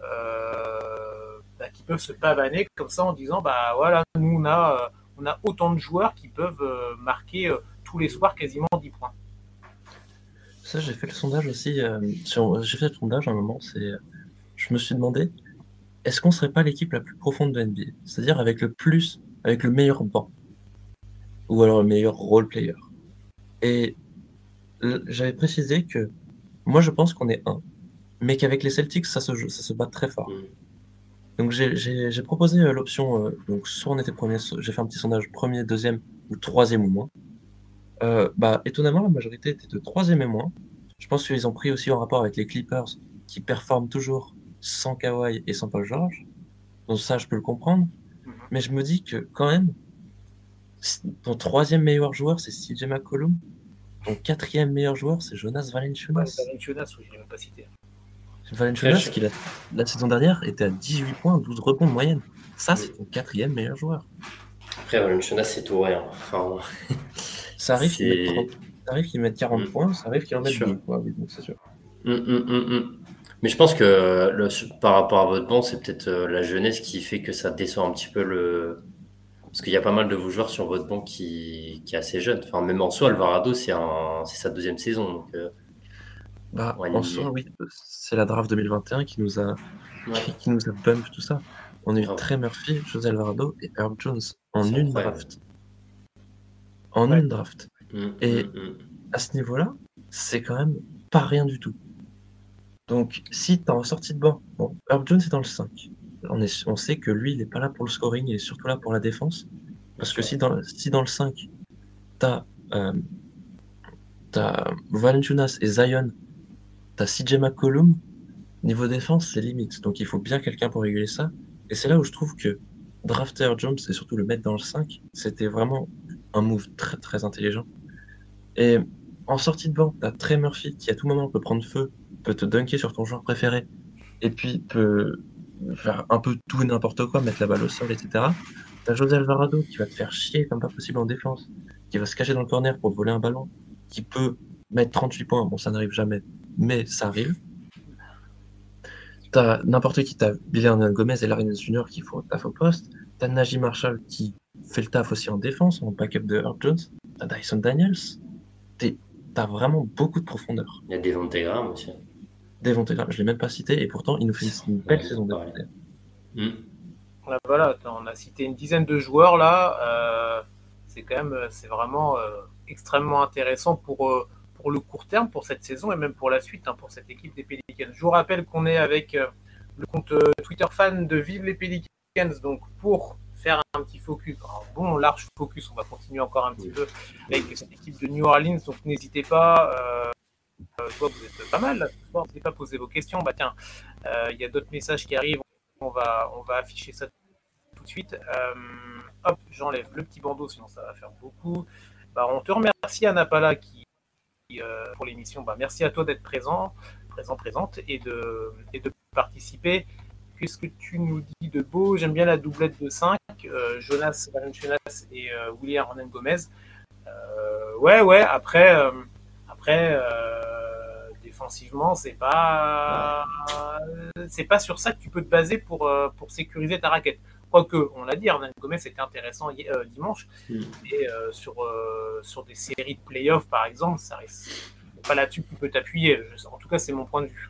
euh, bah, qui peuvent se pavaner comme ça en disant bah voilà, nous on a. Euh, on a autant de joueurs qui peuvent euh, marquer euh, tous les soirs quasiment dix points. Ça, j'ai fait le sondage aussi. euh, sur- J'ai fait le sondage à un moment. C'est, je me suis demandé, est-ce qu'on serait pas l'équipe la plus profonde de N B A? C'est-à-dire avec le plus, avec le meilleur banc, ou alors le meilleur role player. Et l- j'avais précisé que moi, je pense qu'on est un, mais qu'avec les Celtics, ça se joue, ça se bat très fort. Mm. Donc j'ai j'ai- j'ai proposé euh, l'option, euh, donc soit on était premier, soit- j'ai fait un petit sondage premier, deuxième ou troisième ou moins. Euh, bah, étonnamment, la majorité était de troisième et moins. Je pense qu'ils ont pris aussi en rapport avec les Clippers qui performent toujours sans Kawhi et sans Paul George. Donc ça, je peux le comprendre. Mhm. Mais je me dis que quand même, si- ton troisième meilleur joueur, c'est C J McCollum. Ton quatrième meilleur joueur, c'est Jonas Ouais, Valanciunas. Valanciunas, oui, je l'ai même pas cité. Valanciunas, Après, je- qui la, la saison dernière était à dix-huit points, douze rebonds de moyenne. Ça, c'est Mm. ton quatrième meilleur joueur. Après, Valanciunas, c'est tout ou rien. Enfin, Ça arrive qu'il mette c'est. trente, ça arrive qu'il mette quarante Mm. points, ça arrive qu'il en Bien mette sûr. deux, quoi. Oui, donc c'est sûr. Mm, mm, mm, mm. Mais je pense que le- par rapport à votre banc, c'est peut-être euh, la jeunesse qui fait que ça descend un petit peu le. Parce qu'il y a pas mal de vos joueurs sur votre banc qui, qui est assez jeune. Enfin, même en soi, Alvarado, c'est un, c'est sa deuxième saison. Donc, euh, Bah, ouais, en il soi, est- oui, c'est la draft deux mille vingt et un qui nous a, ouais, qui, qui nous a bump tout ça. On a eu grave. Trey Murphy, José Alvarado et Herb Jones en C'est une incroyable. draft. En Ouais. une draft. Mm, Et mm, mm. à ce niveau-là, c'est quand même pas rien du tout. Donc, si t'es en sortie de banc, bon, Herb Jones est dans le cinq. On est, on sait que lui, il est pas là pour le scoring, il est surtout là pour la défense. Bien Parce que sûr. si dans, si dans le cinq, t'as euh, t'as Valanciunas et Zion, t'as C J McCollum, niveau défense, c'est limite. Donc il faut bien quelqu'un pour réguler ça. Et c'est là où je trouve que drafter Jones et surtout le mettre dans le cinq, c'était vraiment un move très très intelligent. Et en sortie de banc, t'as Trey Murphy qui à tout moment peut prendre feu, peut te dunker sur ton joueur préféré, et puis peut faire un peu tout et n'importe quoi, mettre la balle au sol, et cetera. T'as José Alvarado qui va te faire chier comme pas possible en défense, qui va se cacher dans le corner pour te voler un ballon, qui peut mettre trente-huit points. Bon, ça n'arrive jamais, mais ça arrive. T'as n'importe qui, t'as Billy Hernan Gomez et Larry Junior qui font le taf au poste. T'as Najee Marshall qui fait le taf aussi en défense, en backup de Herb Jones. T'as Dyson Daniels. T'es- T'as vraiment beaucoup de profondeur. Il y a Devon Graham aussi. Devontae Graham, je l'ai même pas cité, et pourtant il nous fait une, une belle Ouais, saison pareil. Devontae. Mm. Là, voilà, attends, on a cité une dizaine de joueurs là. Euh, c'est quand même, euh, c'est vraiment euh, extrêmement intéressant pour, euh, pour le court terme, pour cette saison et même pour la suite, hein, pour cette équipe des Pelicans. Je vous rappelle qu'on est avec euh, le compte euh, Twitter fan de Vive les Pelicans. Donc pour faire un petit focus, un bon large focus, on va continuer encore un petit peu avec cette équipe de New Orleans. Donc n'hésitez pas. Euh, toi, vous êtes pas mal là ce soir. N'hésitez pas à poser vos questions. Bah tiens, euh, il y a d'autres messages qui arrivent. On va, on va afficher ça tout de suite. Euh, hop, j'enlève le petit bandeau, sinon ça va faire beaucoup. Bah, on te remercie, Anapala, qui, euh, pour l'émission. Bah, merci à toi d'être présent, présent, présente, et de, et de participer. Qu'est-ce que tu nous dis de beau? J'aime bien la doublette de cinq, euh, Jonas Valanciunas et euh, William Hernan Gomez. Euh, ouais, ouais, après, euh, après euh, défensivement, c'est pas, c'est pas sur ça que tu peux te baser pour, euh, pour sécuriser ta raquette. Quoique, on l'a dit, Hernan Gomez était intéressant euh, dimanche, Mm. et euh, sur, euh, sur des séries de playoffs, par exemple, ça reste c'est pas là-dessus que tu peux t'appuyer. Je- En tout cas, c'est mon point de vue.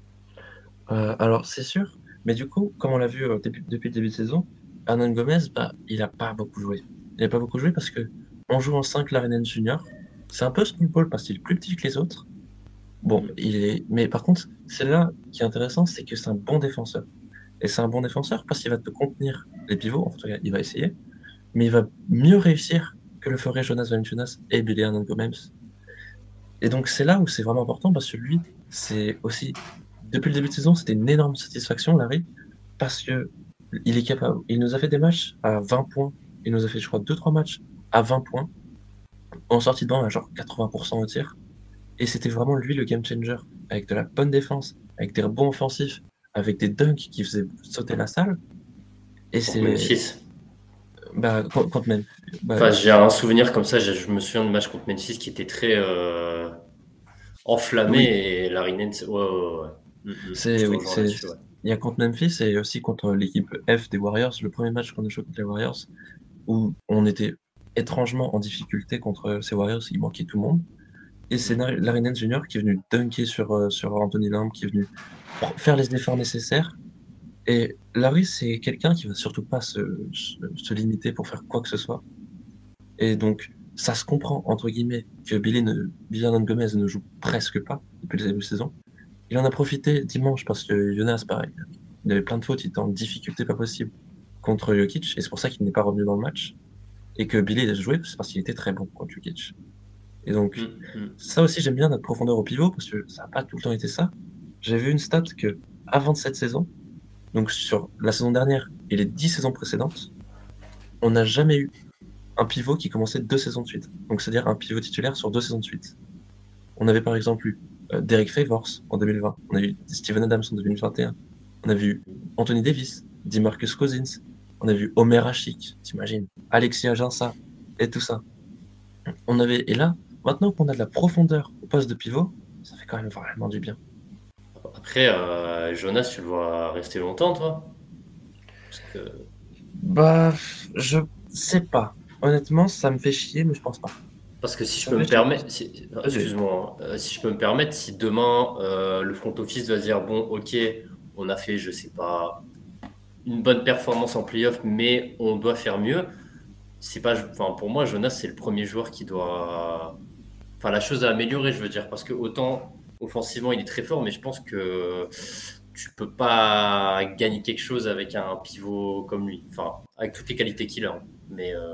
Euh, alors c'est sûr, mais du coup, comme on l'a vu euh, depuis, depuis le début de saison, Hernan Gomez, bah, il a pas beaucoup joué. Il a pas beaucoup joué parce que on joue en cinq Larry Junior. C'est un peu small ball parce qu'il est plus petit que les autres. Bon, il est. Mais par contre, c'est là qui est intéressant, c'est que c'est un bon défenseur. Et c'est un bon défenseur parce qu'il va te contenir les pivots, en tout cas, il va essayer, mais il va mieux réussir que le ferait Jonas Valanciunas et Billy Hernan Gomez. Et donc c'est là où c'est vraiment important parce que lui, c'est aussi, depuis le début de saison, c'était une énorme satisfaction, Larry, parce que il est capable. Il nous a fait des matchs à vingt points. Il nous a fait, je crois, deux trois matchs à vingt points. En sortie de banc, à genre quatre-vingts pour cent au tir. Et c'était vraiment lui le game changer, avec de la bonne défense, avec des rebonds offensifs, avec des dunks qui faisaient sauter la salle. Et Contre c'est. Memphis. Bah, quand, quand même. Bah, Enfin, j'ai un souvenir comme ça. Je, je me souviens de match contre Memphis qui était très euh, enflammé oui, et Larry Nance. Ouais, ouais, ouais. Mm, mm. Je c'est. te Oui, rejoins c'est. là-dessus. Ouais. Il y a contre Memphis et aussi contre l'équipe F des Warriors, le premier match qu'on a joué contre les Warriors, où on était étrangement en difficulté contre ces Warriors, il manquait tout le monde. Et c'est Mm. Nar- Larry Nance junior qui est venu dunker sur, euh, sur Anthony Lamb, qui est venu pr- faire les efforts nécessaires. Et Larry, c'est quelqu'un qui va surtout pas se, se, se limiter pour faire quoi que ce soit. Et donc, ça se comprend, entre guillemets, que Billy ne, Billy Hernan Gomez ne joue presque pas depuis le début de saison. Il en a profité dimanche parce que Jonas, pareil, il avait plein de fautes, il était en difficulté pas possible contre Jokic, et c'est pour ça qu'il n'est pas revenu dans le match. Et que Billy a joué, c'est parce qu'il était très bon contre Jokic. Et donc, Mm. Mm. ça aussi, j'aime bien notre profondeur au pivot, parce que ça n'a pas tout le temps été ça. J'ai vu une stat que, avant cette saison, donc sur la saison dernière et les dix saisons précédentes, on n'a jamais eu un pivot qui commençait deux saisons de suite. Donc, c'est-à-dire un pivot titulaire sur deux saisons de suite. On avait par exemple eu euh, Derek Favors en deux mille vingt, on a eu Steven Adams en deux mille vingt et un, on a vu Anthony Davis, DeMarcus Cousins, on a vu Omer Ashik, t'imagines, Alexis Aginsa et tout ça. On avait, et là, maintenant qu'on a de la profondeur au poste de pivot, ça fait quand même vraiment du bien. Après, euh, Jonas, tu le vois rester longtemps, toi? Parce que, Bah, je sais pas. Honnêtement, ça me fait chier, mais je pense pas. parce que si je Ça me peux fait me chier, je pense permettre, pas. si- Vas-y. excuse-moi, hein, euh, si je peux me permettre, si demain euh, le front office doit dire, bon, ok, on a fait, je sais pas, une bonne performance en playoff, mais on doit faire mieux. C'est pas, enfin, pour moi, Jonas, c'est le premier joueur qui doit, enfin, la chose à améliorer, je veux dire, parce que autant offensivement, il est très fort, mais je pense que tu peux pas gagner quelque chose avec un pivot comme lui, enfin, avec toutes les qualités qu'il a, hein. Mais euh,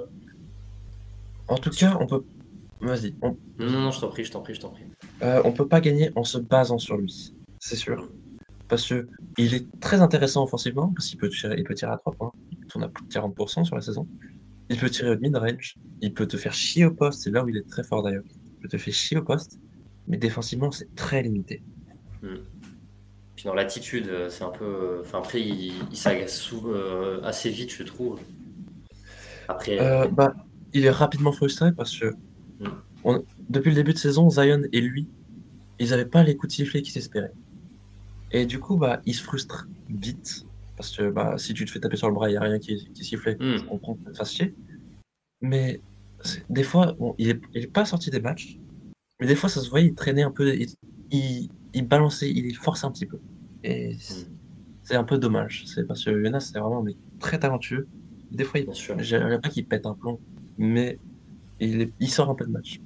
En tout sur- cas, on peut. Vas-y. On... non, non, non, je t'en prie, je t'en prie, je t'en prie. Euh, on peut pas gagner en se basant sur lui. C'est sûr. Mm. Parce que il est très intéressant offensivement, parce qu'il peut tirer, il peut tirer à trois points. Il tourne à plus de quarante pour cent sur la saison. Il peut tirer au mid-range. Il peut te faire chier au poste. C'est là où il est très fort d'ailleurs. Il peut te faire chier au poste. Mais défensivement, c'est très limité. Mm. Puis dans l'attitude, euh, c'est un peu, euh, enfin après, il, il s'agace sou- euh, assez vite, je trouve. Après, Euh, bah, il est rapidement frustré parce que mm, on- depuis le début de saison, Zion et lui, ils n'avaient pas les coups de sifflet qu'ils s'espéraient. Et du coup, bah, il se frustre vite. Parce que bah, si tu te fais taper sur le bras, il n'y a rien qui, qui sifflait. Je mm, comprends que ça te fasse chier. Mais c'est- des fois, bon, il est, il est pas sorti des matchs. Mais des fois, ça se voyait, il traînait un peu. Il, il, il balançait, il forçait un petit peu. Et mm, c'est un peu dommage. C'est parce que Jonas, c'est vraiment un mec très talentueux. Des fois, il, bien sûr. je dirais pas qu'il pète un plomb. Mais il, est- il sort un peu de match.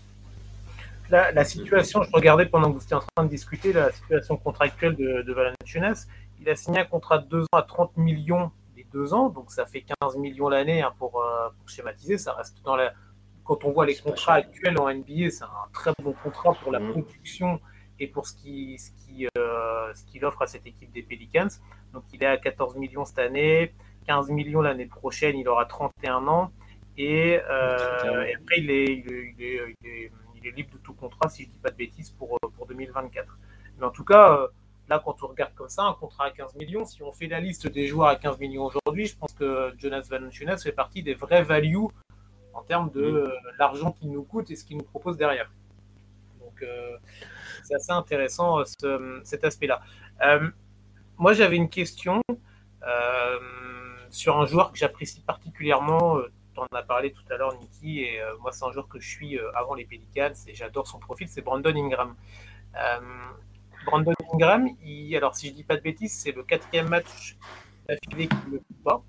La, la Mm. situation, je regardais pendant que vous étiez en train de discuter, la situation contractuelle de, de Valanciunas. Il a signé un contrat de deux ans à trente millions les deux ans, donc ça fait quinze millions l'année hein, pour, euh, pour schématiser. Ça reste dans la. Quand on voit les C'est pas contrats cher. actuels en N B A, c'est un très bon contrat pour la Mm. production et pour ce qu'il ce qui, euh, ce qu'il offre à cette équipe des Pelicans. Donc il est à quatorze millions cette année, quinze millions l'année prochaine, il aura trente et un ans. Et, Ouais, euh, et trente et un. après, il est, il, est, il, est, il, est, il est libre de tout contrat, si je ne dis pas de bêtises, pour, pour deux mille vingt-quatre. Mais en tout cas, euh, là, quand on regarde comme ça, un contrat à quinze millions, si on fait la liste des joueurs à quinze millions aujourd'hui, je pense que Jonas Valanciunas fait partie des vrais values en termes de Mm. euh, l'argent qu'il nous coûte et ce qu'il nous propose derrière. Donc, euh, c'est assez intéressant euh, ce, cet aspect-là. Euh, moi, j'avais une question euh, sur un joueur que j'apprécie particulièrement. Euh, tu en as parlé tout à l'heure, Niki, et euh, moi, c'est un joueur que je suis euh, avant les Pelicans et j'adore son profil, c'est Brandon Ingram. Euh, Brandon Ingram, il, alors si je dis pas de bêtises, c'est le quatrième match d'affilée qu'il ne joue pas.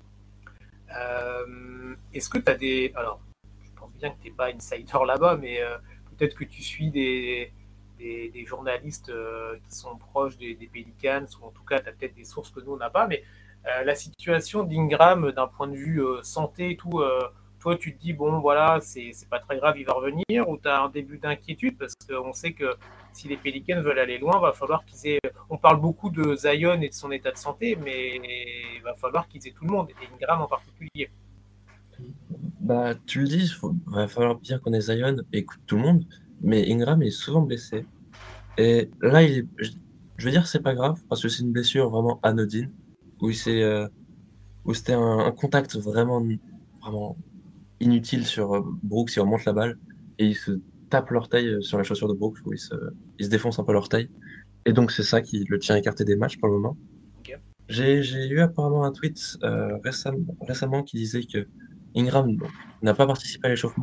Euh, Est-ce que tu as des. Alors, je pense bien que tu n'es pas insider là-bas, mais euh, peut-être que tu suis des, des, des journalistes euh, qui sont proches des, des Pelicans, ou en tout cas, tu as peut-être des sources que nous, on n'a pas, mais euh, la situation d'Ingram d'un point de vue euh, santé et tout, euh, toi, tu te dis, bon, voilà, c'est pas très grave, il va revenir, ou tu as un début d'inquiétude, parce qu'on sait que si les Pelicans veulent aller loin, il va falloir qu'ils aient. On parle beaucoup de Zion et de son état de santé, mais il va falloir qu'ils aient tout le monde, et Ingram en particulier. Bah, tu le dis, il va falloir bien qu'on ait Zion et écoute tout le monde. Mais Ingram est souvent blessé. Et là, il est, je, je veux dire, c'est pas grave, parce que c'est une blessure vraiment anodine, où il s'est, euh, où c'était un, un contact vraiment, vraiment inutile sur euh, Brooks, il remonte la balle, et il se tape l'orteil euh, sur la chaussure de Brooks, où il se, il se défonce un peu l'orteil. Et donc, c'est ça qui le tient écarté des matchs pour le moment. Okay. J'ai, j'ai eu apparemment un tweet euh, récemment, récemment qui disait que Ingram donc, n'a pas participé à l'échauffement,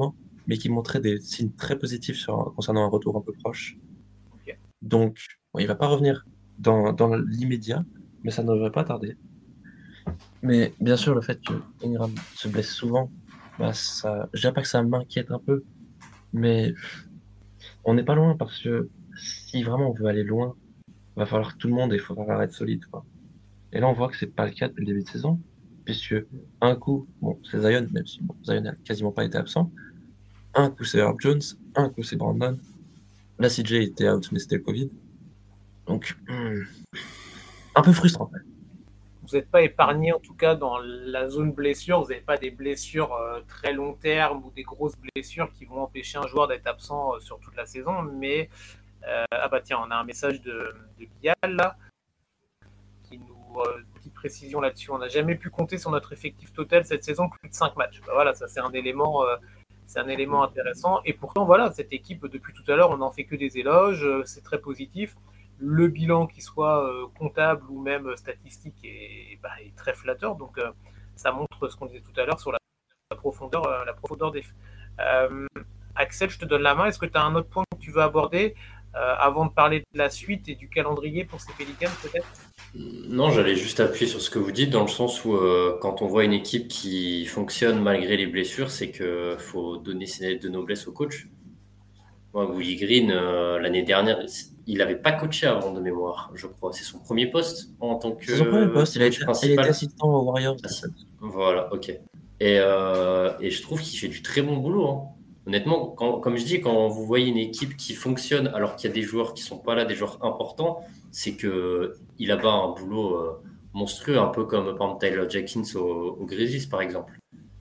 mais qui montrait des signes très positifs sur, concernant un retour un peu proche. Ok. Donc, bon, il va pas revenir dans, dans l'immédiat, mais ça ne devrait pas tarder. Mais bien sûr, le fait que Ingram se blesse souvent, bah ça, je dirais pas que ça m'inquiète un peu, mais on n'est pas loin parce que si vraiment on veut aller loin, va falloir que tout le monde ait il faudra être solide, quoi. Et là, on voit que c'est pas le cas depuis le début de saison, puisque un coup, bon, c'est Zion, même si bon, Zion n'a quasiment pas été absent. Un coup, c'est Herb Jones, un coup, c'est Brandon. Là, C J était out, mais c'était le Covid. Donc, hmm, un peu frustrant. Ouais. Vous n'êtes pas épargné en tout cas dans la zone blessure, vous n'avez pas des blessures euh, très long terme ou des grosses blessures qui vont empêcher un joueur d'être absent euh, sur toute la saison. Mais euh, ah bah tiens, on a un message de, de Guial là qui nous euh, petite précision là-dessus. On n'a jamais pu compter sur notre effectif total cette saison plus de cinq matchs. Bah voilà, ça c'est un élément, euh, c'est un élément intéressant. Et pourtant voilà, cette équipe depuis tout à l'heure, on n'en fait que des éloges, euh, c'est très positif. Le bilan, qui soit euh, comptable ou même euh, statistique, est, bah, est très flatteur. Donc, euh, ça montre ce qu'on disait tout à l'heure sur la, la profondeur, euh, la profondeur des. Euh, Axel, je te donne la main. Est-ce que tu as un autre point que tu veux aborder euh, avant de parler de la suite et du calendrier pour ces Pelicans, peut-être? Non, j'allais juste appuyer sur ce que vous dites, dans le sens où euh, quand on voit une équipe qui fonctionne malgré les blessures, c'est qu'il faut donner ses lettres de noblesse au coach. Moi, Willie Green, euh, l'année dernière, il n'avait pas coaché avant de mémoire, je crois. C'est son premier poste en tant C'est son premier que poste, il a coach été, il a été principal. assistant aux Warriors. Ah, si. Voilà, ok. Et, euh, et je trouve qu'il fait du très bon boulot, hein. Honnêtement, quand, comme je dis, quand vous voyez une équipe qui fonctionne alors qu'il y a des joueurs qui sont pas là, des joueurs importants, c'est que il a pas un boulot euh, monstrueux, un peu comme par exemple Tyler Jenkins au, au Grizzlies, par exemple.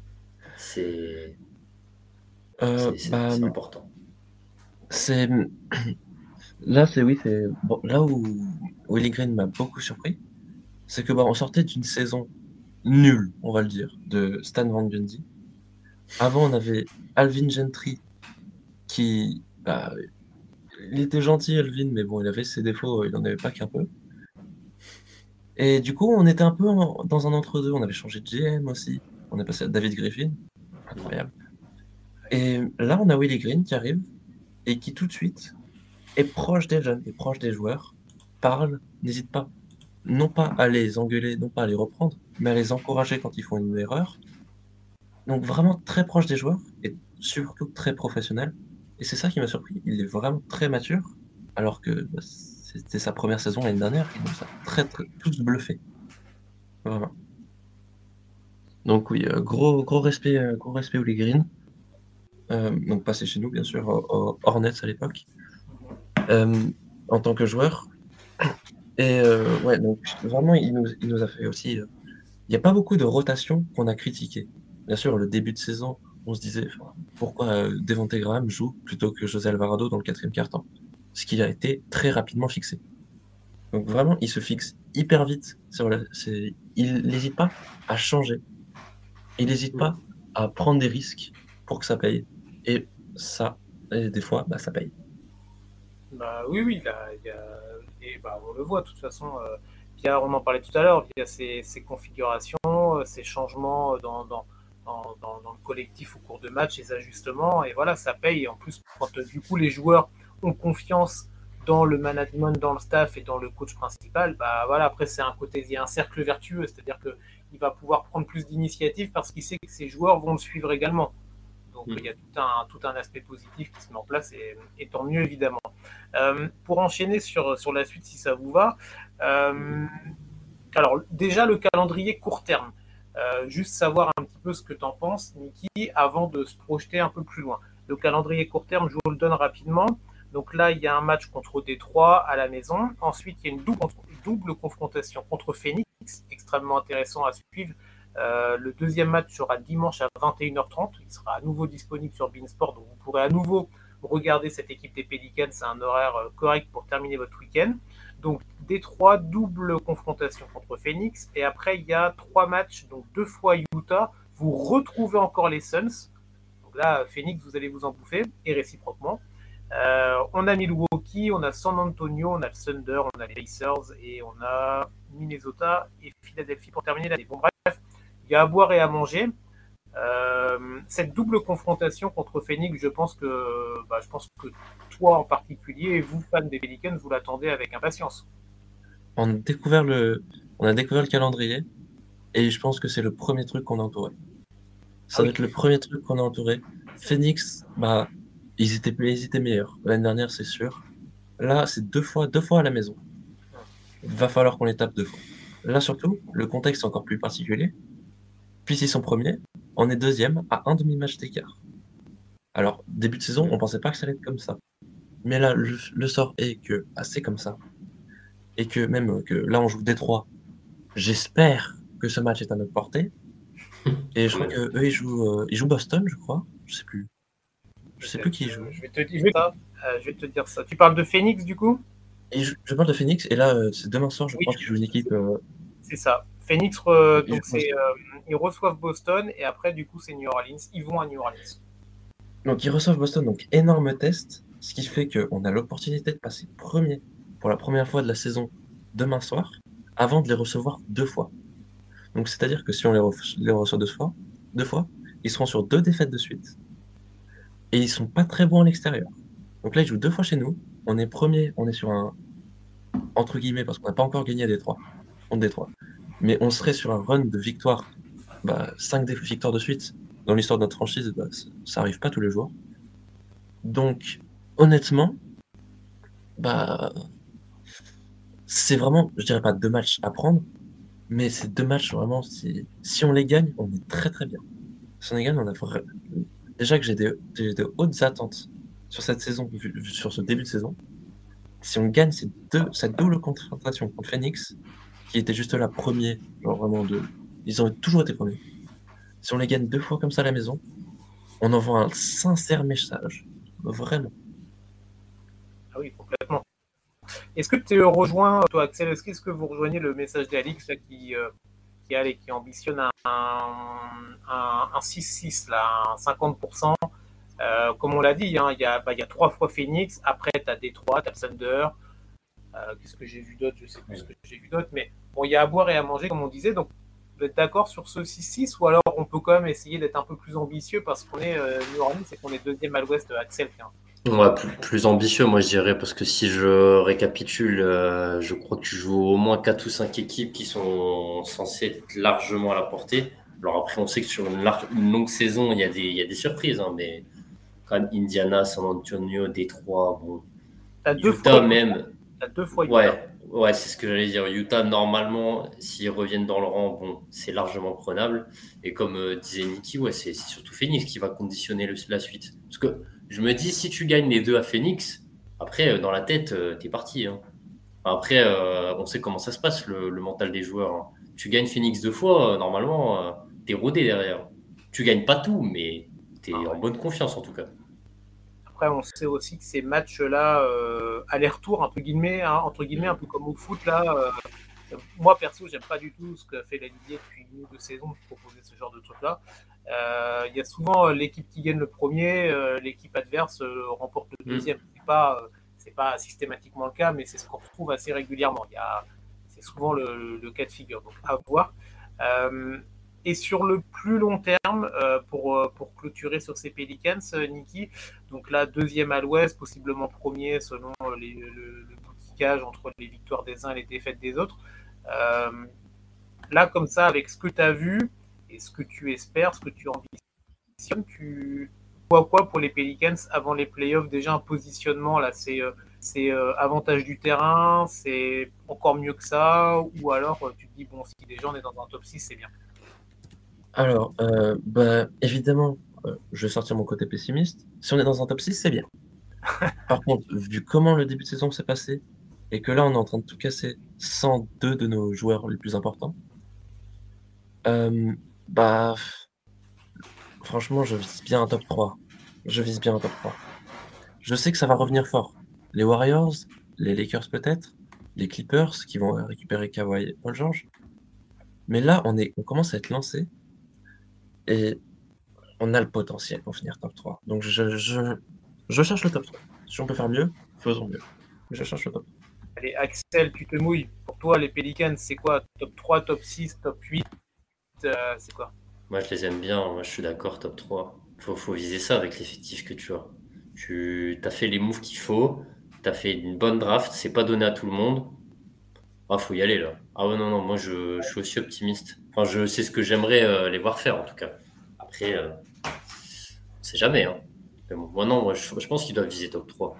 C'est Euh, c'est c'est- bah, c'est important. c'est là, c'est oui, c'est bon, là où Willie Green m'a beaucoup surpris, c'est que bah, on sortait d'une saison nulle, on va le dire, de Stan Van Gundy. Avant, on avait Alvin Gentry qui, bah, il était gentil, Alvin, mais bon, il avait ses défauts, il n'en avait pas qu'un peu. Et du coup, on était un peu en- dans un entre-deux. On avait changé de G M aussi. On est passé à David Griffin. Incroyable. Et là, on a Willie Green qui arrive et qui tout de suite est proche des jeunes, est proche des joueurs, parle, n'hésite pas, non pas à les engueuler, non pas à les reprendre, mais à les encourager quand ils font une erreur. Donc vraiment très proche des joueurs et surtout très professionnel. Et c'est ça qui m'a surpris. Il est vraiment très mature, alors que bah, c'était sa première saison l'année dernière. Il nous a très, très tous bluffé. Vraiment. Donc oui, euh, gros, gros respect, euh, gros respect aux Green. Euh, donc passé chez nous, bien sûr, au, au Hornets à l'époque, euh, en tant que joueur. Et euh, ouais, donc vraiment, il nous, il nous a fait aussi. euh, Il n'y a pas beaucoup de rotations qu'on a critiquées. Bien sûr, le début de saison, on se disait enfin, pourquoi euh, Devontae Graham joue plutôt que José Alvarado dans le quatrième quart-temps. Ce qui a été très rapidement fixé. Donc vraiment, il se fixe hyper vite. C'est, voilà, c'est, il n'hésite pas à changer. Il n'hésite pas à prendre des risques pour que ça paye. Et ça, et des fois, bah, ça paye. Bah, oui, oui, là, il y a, et bah, on le voit de toute façon. Euh, via, on en parlait tout à l'heure, via ces, ces configurations, euh, ces changements dans, dans, dans, dans, dans le collectif au cours de match, ces ajustements, et voilà, ça paye. Et en plus, quand euh, du coup les joueurs ont confiance dans le management, dans le staff et dans le coach principal, bah voilà, après c'est un côté, il y a un cercle vertueux, c'est-à-dire que il va pouvoir prendre plus d'initiatives parce qu'il sait que ses joueurs vont le suivre également. Donc Mm. il y a tout un, tout un aspect positif qui se met en place et, et tant mieux évidemment. Euh, pour enchaîner sur, sur la suite si ça vous va, euh, alors déjà le calendrier court terme. Euh, juste savoir un petit peu ce que tu en penses, Niki, avant de se projeter un peu plus loin. Le calendrier court terme, je vous le donne rapidement. Donc là, il y a un match contre Détroit à la maison. Ensuite, il y a une double, double confrontation contre Phoenix, extrêmement intéressant à suivre. Euh, le deuxième match sera dimanche à vingt et une heures trente. Il sera à nouveau disponible sur Beansport, donc vous pourrez à nouveau regarder cette équipe des Pelicans. C'est un horaire correct pour terminer votre week-end. Donc Détroit, double confrontation contre Phoenix. Et après, il y a trois matchs, donc deux fois Utah. Vous retrouvez encore les Suns. Donc là, Phoenix, vous allez vous en bouffer, et réciproquement. Euh, on a Milwaukee, on a San Antonio, on a le Thunder, on a les Pacers et on a Minnesota et Philadelphie pour terminer l'année. Bon, bref, il y a à boire et à manger. Euh, cette double confrontation contre Phoenix, je pense que, bah, je pense que toi en particulier, et vous fans des Pelicans, vous l'attendez avec impatience. On a découvert le, on a découvert le calendrier et je pense que c'est le premier truc qu'on a entouré. Ça Ah va oui. être le premier truc qu'on a entouré. Phoenix, bah, ils étaient, ils étaient meilleurs. L'année dernière, c'est sûr. Là, c'est deux fois, deux fois à la maison. Il va falloir qu'on les tape deux fois. Là, surtout, le contexte est encore plus particulier. Puisqu'ils sont premiers, on est deuxième à un demi-match d'écart. Alors, début de saison, on pensait pas que ça allait être comme ça. Mais là, le, le sort est que ah, c'est comme ça. Et que même que là, on joue Détroit. J'espère que ce match est à notre portée. Et je crois Ouais. que eux, ils jouent, euh, ils jouent Boston, je crois. Je sais plus. Je sais plus qui ils Euh, jouent. je vais te dire ça. Euh, je vais te dire ça. Tu parles de Phoenix du coup? Et je, je parle de Phoenix, et là, euh, c'est demain soir, je Oui, crois qu'ils jouent une équipe. euh, c'est ça. Phoenix, euh, ils jouent donc c'est, Boston. euh, ils reçoivent Boston et après du coup c'est New Orleans. Ils vont à New Orleans. Donc, ils reçoivent Boston, donc énorme test, ce qui fait qu'on a l'opportunité de passer premier pour la première fois de la saison demain soir, avant de les recevoir deux fois. Donc, c'est-à-dire que si on les, re- les reçoit deux fois, deux fois, ils seront sur deux défaites de suite. Et ils sont pas très bons à l'extérieur. Donc là, ils jouent deux fois chez nous. On est premier, on est sur un, entre guillemets, parce qu'on n'a pas encore gagné à Détroit, contre Détroit. Mais on serait sur un run de victoire, bah, cinq dé- victoires de suite. Dans l'histoire de notre franchise, bah, ça, ça arrive pas tous les jours. Donc, honnêtement, bah, c'est vraiment, je dirais pas deux matchs à prendre, mais ces deux matchs, vraiment, si, si on les gagne, on est très très bien. Si on les gagne, on a vra- déjà que j'ai des, j'ai de hautes attentes sur cette saison, vu- vu- sur ce début de saison. Si on gagne ces deux, cette double confrontation contre Phoenix, qui était juste là premier, genre vraiment deux, ils ont toujours été premiers. Si on les gagne deux fois comme ça à la maison, on envoie un sincère message. Vraiment. Ah oui, complètement. Est-ce que tu rejoins, toi Axel, est-ce que, est-ce que vous rejoignez le message d'Alix là, qui, euh, qui, allez, qui ambitionne un, un, un six six, là, un cinquante pour cent euh, comme on l'a dit, hein, il y, a, bah, y a trois fois Phoenix, après tu as Détroit, tu as Thunder, euh, qu'est-ce que j'ai vu d'autre, je sais plus ce que j'ai vu d'autre, mais bon, il y a à boire et à manger, comme on disait, donc vous êtes d'accord sur ce six six ou alors on peut quand même essayer d'être un peu plus ambitieux parce qu'on est euh, New Orleans et qu'on est deuxième à l'ouest, Axel. Hein. Ouais, plus, plus ambitieux, moi je dirais, parce que si je récapitule, euh, je crois que tu joues au moins quatre ou cinq équipes qui sont censées être largement à la portée. Alors après, on sait que sur une, large, une longue saison, il y a des, il y a des surprises, hein, mais quand même Indiana, San Antonio, Détroit, bon, T'as deux fois Utah Utah. même, T'as deux fois Utah. ouais, ouais, c'est ce que j'allais dire. Utah, normalement, s'ils reviennent dans le rang, bon, c'est largement prenable. Et comme euh, disait Nicky, ouais, c'est c'est surtout Phoenix qui va conditionner le- la suite. Parce que je me dis, si tu gagnes les deux à Phoenix, après, euh, dans la tête, euh, t'es parti. Hein. Enfin, après, euh, on sait comment ça se passe, le, le mental des joueurs. Hein. Tu gagnes Phoenix deux fois, euh, normalement, euh, t'es rodé derrière. Tu gagnes pas tout, mais t'es Ah en ouais. bonne confiance en tout cas. Après, on sait aussi que ces matchs-là, euh, aller-retour, entre guillemets, hein, entre guillemets, un peu comme au foot, là, euh, moi, perso, j'aime pas du tout ce qu'a fait la N B A depuis une ou deux saisons de proposer ce genre de truc-là. Euh, Il y a souvent euh, l'équipe qui gagne le premier, euh, l'équipe adverse euh, remporte le Mm. deuxième. C'est pas, euh, c'est pas systématiquement le cas, mais c'est ce qu'on retrouve assez régulièrement. Il y a, c'est souvent le, le cas de figure. Donc, à voir. Euh, et sur le plus long terme, euh, pour, euh, pour clôturer sur ces Pelicans, euh, Niki, donc là, deuxième à l'ouest, possiblement premier selon les, le, le boutiquage entre les victoires des uns et les défaites des autres. Euh, là, comme ça, avec ce que tu as vu et ce que tu espères, ce que tu ambitionnes, tu vois quoi pour les Pelicans avant les playoffs? Déjà, un positionnement, là, c'est, euh, c'est euh, avantage du terrain, c'est encore mieux que ça, ou alors euh, tu te dis, bon, si déjà on est dans un top six, c'est bien. Alors, euh, bah, évidemment, euh, je vais sortir mon côté pessimiste. Si on est dans un top six, c'est bien. Par contre, vu comment le début de saison s'est passé, et que là, on est en train de tout casser sans deux de nos joueurs les plus importants, euh, bah, franchement, je vise bien un top trois. Je vise bien un top trois. Je sais que ça va revenir fort. Les Warriors, les Lakers peut-être, les Clippers qui vont récupérer Kawhi et Paul George. Mais là, on est, on commence à être lancé et on a le potentiel pour finir top trois. Donc je, je, je cherche le top trois. Si on peut faire mieux, faisons mieux. Mais je cherche le top. Allez, Axel, tu te mouilles. Pour toi, les Pelicans, c'est quoi? Top trois, top six, top huit, euh, c'est quoi? Moi, je les aime bien. Moi, je suis d'accord, top trois. Faut, faut viser ça avec l'effectif que tu as. Tu as fait les moves qu'il faut. Tu as fait une bonne draft. C'est pas donné à tout le monde. Ah, faut y aller là. Ah ouais, non, non, moi, je, je suis aussi optimiste. Enfin, je sais ce que j'aimerais euh, les voir faire, en tout cas. Après, euh, on sait jamais. Hein. Mais bon, moi, non, moi, je, je pense qu'ils doivent viser top trois.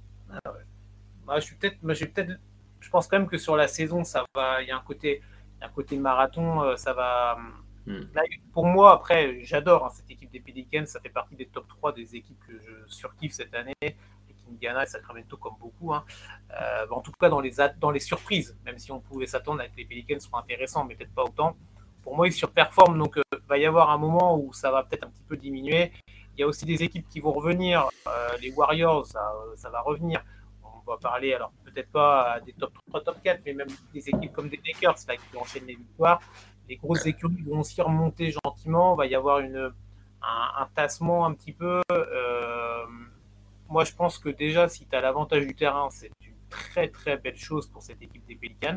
Moi, je suis peut-être, moi, j'ai peut-être, je pense quand même que sur la saison, ça va. Il y a un côté, un côté marathon, euh, ça va. Hmm. Là, pour moi, après, j'adore hein, cette équipe des Pelicans. Ça fait partie des top trois des équipes que je surkiffe cette année. Et Indiana et Sacramento comme beaucoup. Hein. Euh, en tout cas, dans les, dans les surprises, même si on pouvait s'attendre à que les Pelicans soient intéressants, mais peut-être pas autant. Pour moi, ils surperforment. Donc, il euh, va y avoir un moment où ça va peut-être un petit peu diminuer. Il y a aussi des équipes qui vont revenir. Euh, les Warriors, ça, ça va revenir. On va parler, alors peut-être pas des top trois, top quatre, mais même des équipes comme des Lakers là, qui enchaînent les victoires. Les grosses écuries vont aussi remonter gentiment. Il va y avoir une, un, un tassement un petit peu. Euh, moi, je pense que déjà, si tu as l'avantage du terrain, c'est une très très belle chose pour cette équipe des Pelicans.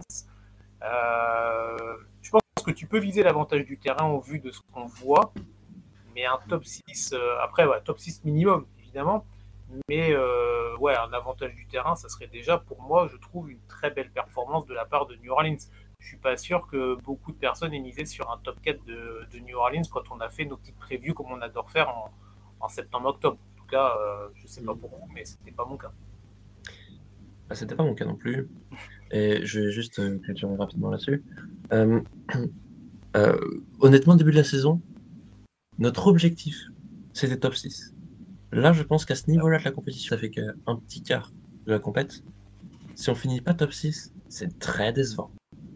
Euh, je pense que tu peux viser l'avantage du terrain au vu de ce qu'on voit, mais un top six, euh, après, ouais, top six minimum, évidemment. Mais euh, ouais, un avantage du terrain, ça serait déjà pour moi, je trouve, une très belle performance de la part de New Orleans. Je suis pas sûr que beaucoup de personnes aient misé sur un top quatre de, de New Orleans quand on a fait nos petites previews comme on adore faire en, en septembre-octobre. En tout cas, euh, je sais pas pour vous, mais c'était pas mon cas. Bah, c'était pas mon cas non plus. Et je vais juste euh, clôturer rapidement là-dessus. Euh, euh, honnêtement, début de la saison, notre objectif, c'était top six. Là, je pense qu'à ce niveau-là de la compétition, ça fait qu'un petit quart de la compète. Si on finit pas top six, c'est très décevant.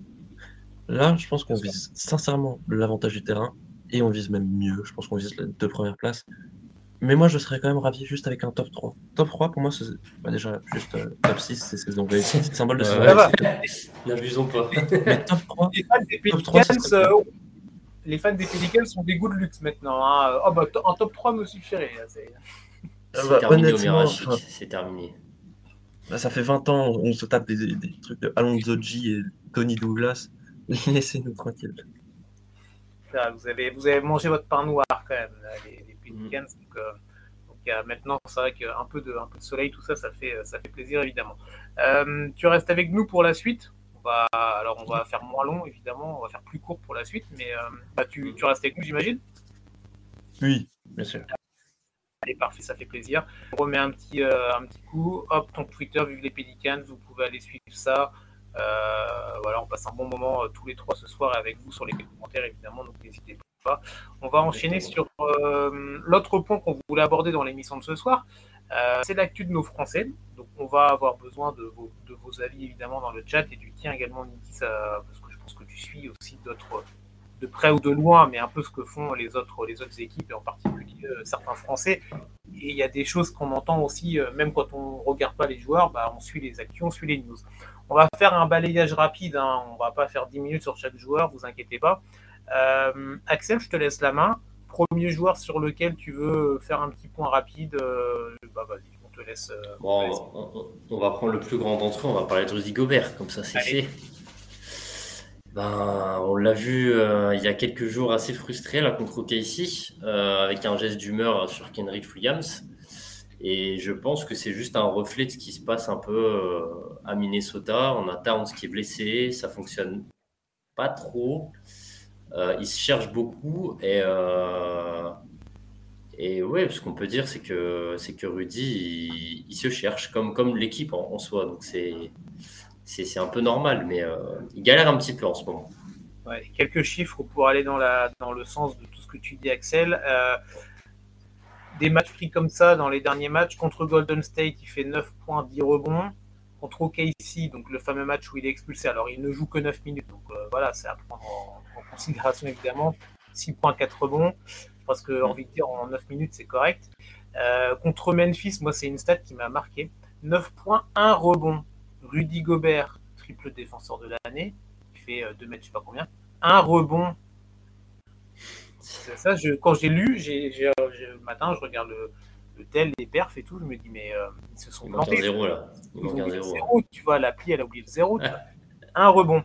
Là, je pense qu'on vise sincèrement l'avantage du terrain et on vise même mieux. Je pense qu'on vise les deux premières places. Mais moi, je serais quand même ravi juste avec un top trois. Top trois, pour moi, c'est bah, déjà juste euh, top six, c'est saison réussie. C'est le symbole de saison Ouais, réussie. N'abusons pas. Mais top trois, Les fans des top trois, Pelicans, ça serait euh, les fans des Pelicans sont des goûts de luxe maintenant. Hein. Oh, bah, un top trois me suffirait. C'est... Ah C'est bah, terminé au honnêtement, Mirachik. enfin, C'est terminé. bah, ça fait vingt ans, on se tape des, des trucs de Alonso G et Tony Douglas. Laissez-nous tranquilles. Ça, vous, avez, vous avez mangé votre pain noir quand même, là, les, les Pelicans. Mm. Donc, euh, donc euh, maintenant, c'est vrai qu'un peu de, un peu de soleil, tout ça, ça fait, ça fait plaisir évidemment. Euh, tu restes avec nous pour la suite. On va, alors, on va faire moins long évidemment, on va faire plus court pour la suite, mais euh, bah, tu, tu restes avec nous, j'imagine. Oui, bien sûr. Allez, parfait, ça fait plaisir. On remet un petit, euh, un petit coup. Hop, ton Twitter, Vive les Pelicans, vous pouvez aller suivre ça. Euh, voilà, on passe un bon moment euh, tous les trois ce soir avec vous sur les commentaires, évidemment, donc n'hésitez pas. On va enchaîner sur euh, l'autre point qu'on voulait aborder dans l'émission de ce soir. Euh, c'est l'actu de nos Français. Donc, on va avoir besoin de vos, de vos avis, évidemment, dans le chat et du tien également, Niki, ça, parce que je pense que tu suis aussi d'autres de près ou de loin, mais un peu ce que font les autres, les autres équipes, et en particulier euh, certains Français. Et il y a des choses qu'on entend aussi, euh, même quand on ne regarde pas les joueurs, bah, on suit les actions, on suit les news. On va faire un balayage rapide, hein, on ne va pas faire dix minutes sur chaque joueur, vous inquiétez pas. Euh, Axel, je te laisse la main. Premier joueur sur lequel tu veux faire un petit point rapide, euh, bah vas-y, on te laisse. Euh, bon, on, te laisse. on, on, on va prendre le plus grand d'entre eux, on va parler de Rudy Gobert, comme ça c'est Allez. fait. Ben, on l'a vu euh, il y a quelques jours assez frustré là, contre O K C, euh, avec un geste d'humeur sur Kenrich Williams. Et je pense que c'est juste un reflet de ce qui se passe un peu euh, à Minnesota. On a Towns qui est blessé, ça fonctionne pas trop. Euh, il se cherche beaucoup et, euh, et ouais, ce qu'on peut dire, c'est que, c'est que Rudy, il, il se cherche comme, comme l'équipe en, en soi. Donc c'est, c'est, c'est un peu normal, mais euh, il galère un petit peu en ce moment. Ouais, quelques chiffres pour aller dans, la, dans le sens de tout ce que tu dis, Axel. Euh, des matchs pris comme ça dans les derniers matchs. Contre Golden State, il fait neuf points, dix rebonds. Contre O K C, donc le fameux match où il est expulsé, alors il ne joue que neuf minutes, donc euh, voilà, c'est à prendre en, en considération évidemment. six points, quatre rebonds. Je pense que envie de dire en neuf minutes, c'est correct. Euh, contre Memphis, moi, c'est une stat qui m'a marqué. neuf points, un rebond. Rudy Gobert, triple défenseur de l'année, il fait euh, deux mètres, je sais pas combien. Un rebond. C'est ça, je, quand j'ai lu, j'ai, j'ai, j'ai, le matin, je regarde le, le tel, les perfs et tout, je me dis, mais euh, ils se sont Il manque plantés. un zéro là. Il Ils manque ont un oublié le zéro. zéro, tu vois, l'appli, elle a oublié le zéro, tu vois. Un rebond.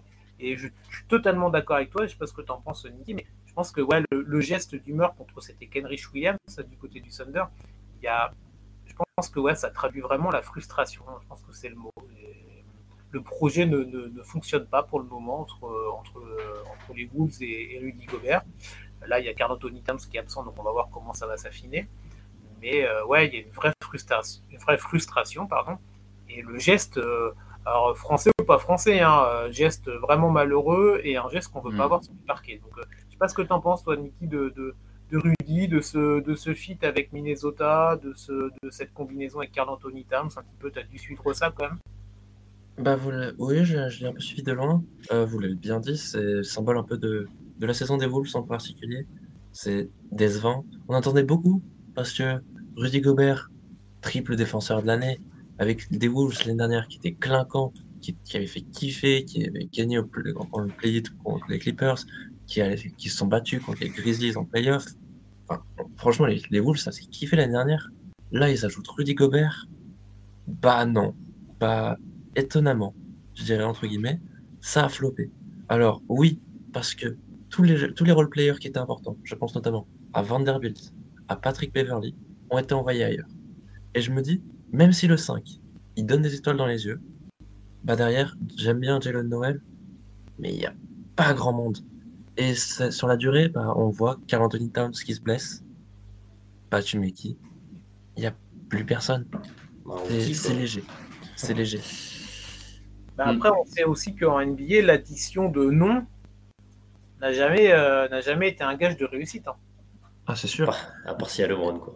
Et je, je suis totalement d'accord avec toi, je sais pas ce que tu en penses, Niki, mais je pense que ouais, le, le geste d'humeur contre c'était Kenrich Williams, ça, du côté du Thunder, il y a, je pense que ouais, ça traduit vraiment la frustration, je pense que c'est le mot. Et le projet ne, ne, ne fonctionne pas pour le moment entre, entre, entre les Wolves et, et Rudy Gobert. Là, il y a Karl Anthony Towns qui est absent, donc on va voir comment ça va s'affiner. Mais euh, ouais, il y a une vraie frustration, une vraie frustration, pardon. Et le geste, euh, alors français ou pas français, hein, euh, geste vraiment malheureux et un geste qu'on veut Mm. pas avoir sur le parquet. Donc, euh, je sais pas ce que tu en penses, toi, Niki, de, de, de Rudy, de ce, de ce feat avec Minnesota, de, ce, de cette combinaison avec Karl Anthony Towns. Un petit peu, tu as dû suivre ça quand même. Bah, vous l'avez- oui, je, je l'ai un peu suivi de loin. Euh, vous l'avez bien dit, c'est le symbole un peu de, de la saison des Wolves en particulier. C'est décevant. On attendait beaucoup parce que Rudy Gobert, triple défenseur de l'année, avec des Wolves l'année dernière qui étaient clinquants, qui, qui avaient fait kiffer, qui avaient gagné au play, en en play-it contre les Clippers, qui, allaient- qui se sont battus contre les Grizzlies en playoff. Enfin, franchement, les, les Wolves, ça s'est kiffé l'année dernière. Là, ils ajoutent Rudy Gobert. Bah non, bah étonnamment, je dirais entre guillemets, ça a floppé. Alors oui, parce que tous les, tous les role-players qui étaient importants, je pense notamment à Vanderbilt, à Patrick Beverly, ont été envoyés ailleurs. Et je me dis, même si le cinq, il donne des étoiles dans les yeux, bah derrière, j'aime bien Jalen Noel, mais il n'y a pas grand monde. Et c'est- sur la durée, bah, on voit Karl Anthony Towns qui se blesse, bah tu mets qui? Il n'y a plus personne. Bah, C'est rookie, c'est quoi. léger, c'est léger. Bah, Mm. après, on sait aussi qu'en N B A, l'addition de noms n'a jamais, euh, n'a jamais été un gage de réussite, hein. Ah, c'est À sûr. part, à part s'il y a LeBron, quoi.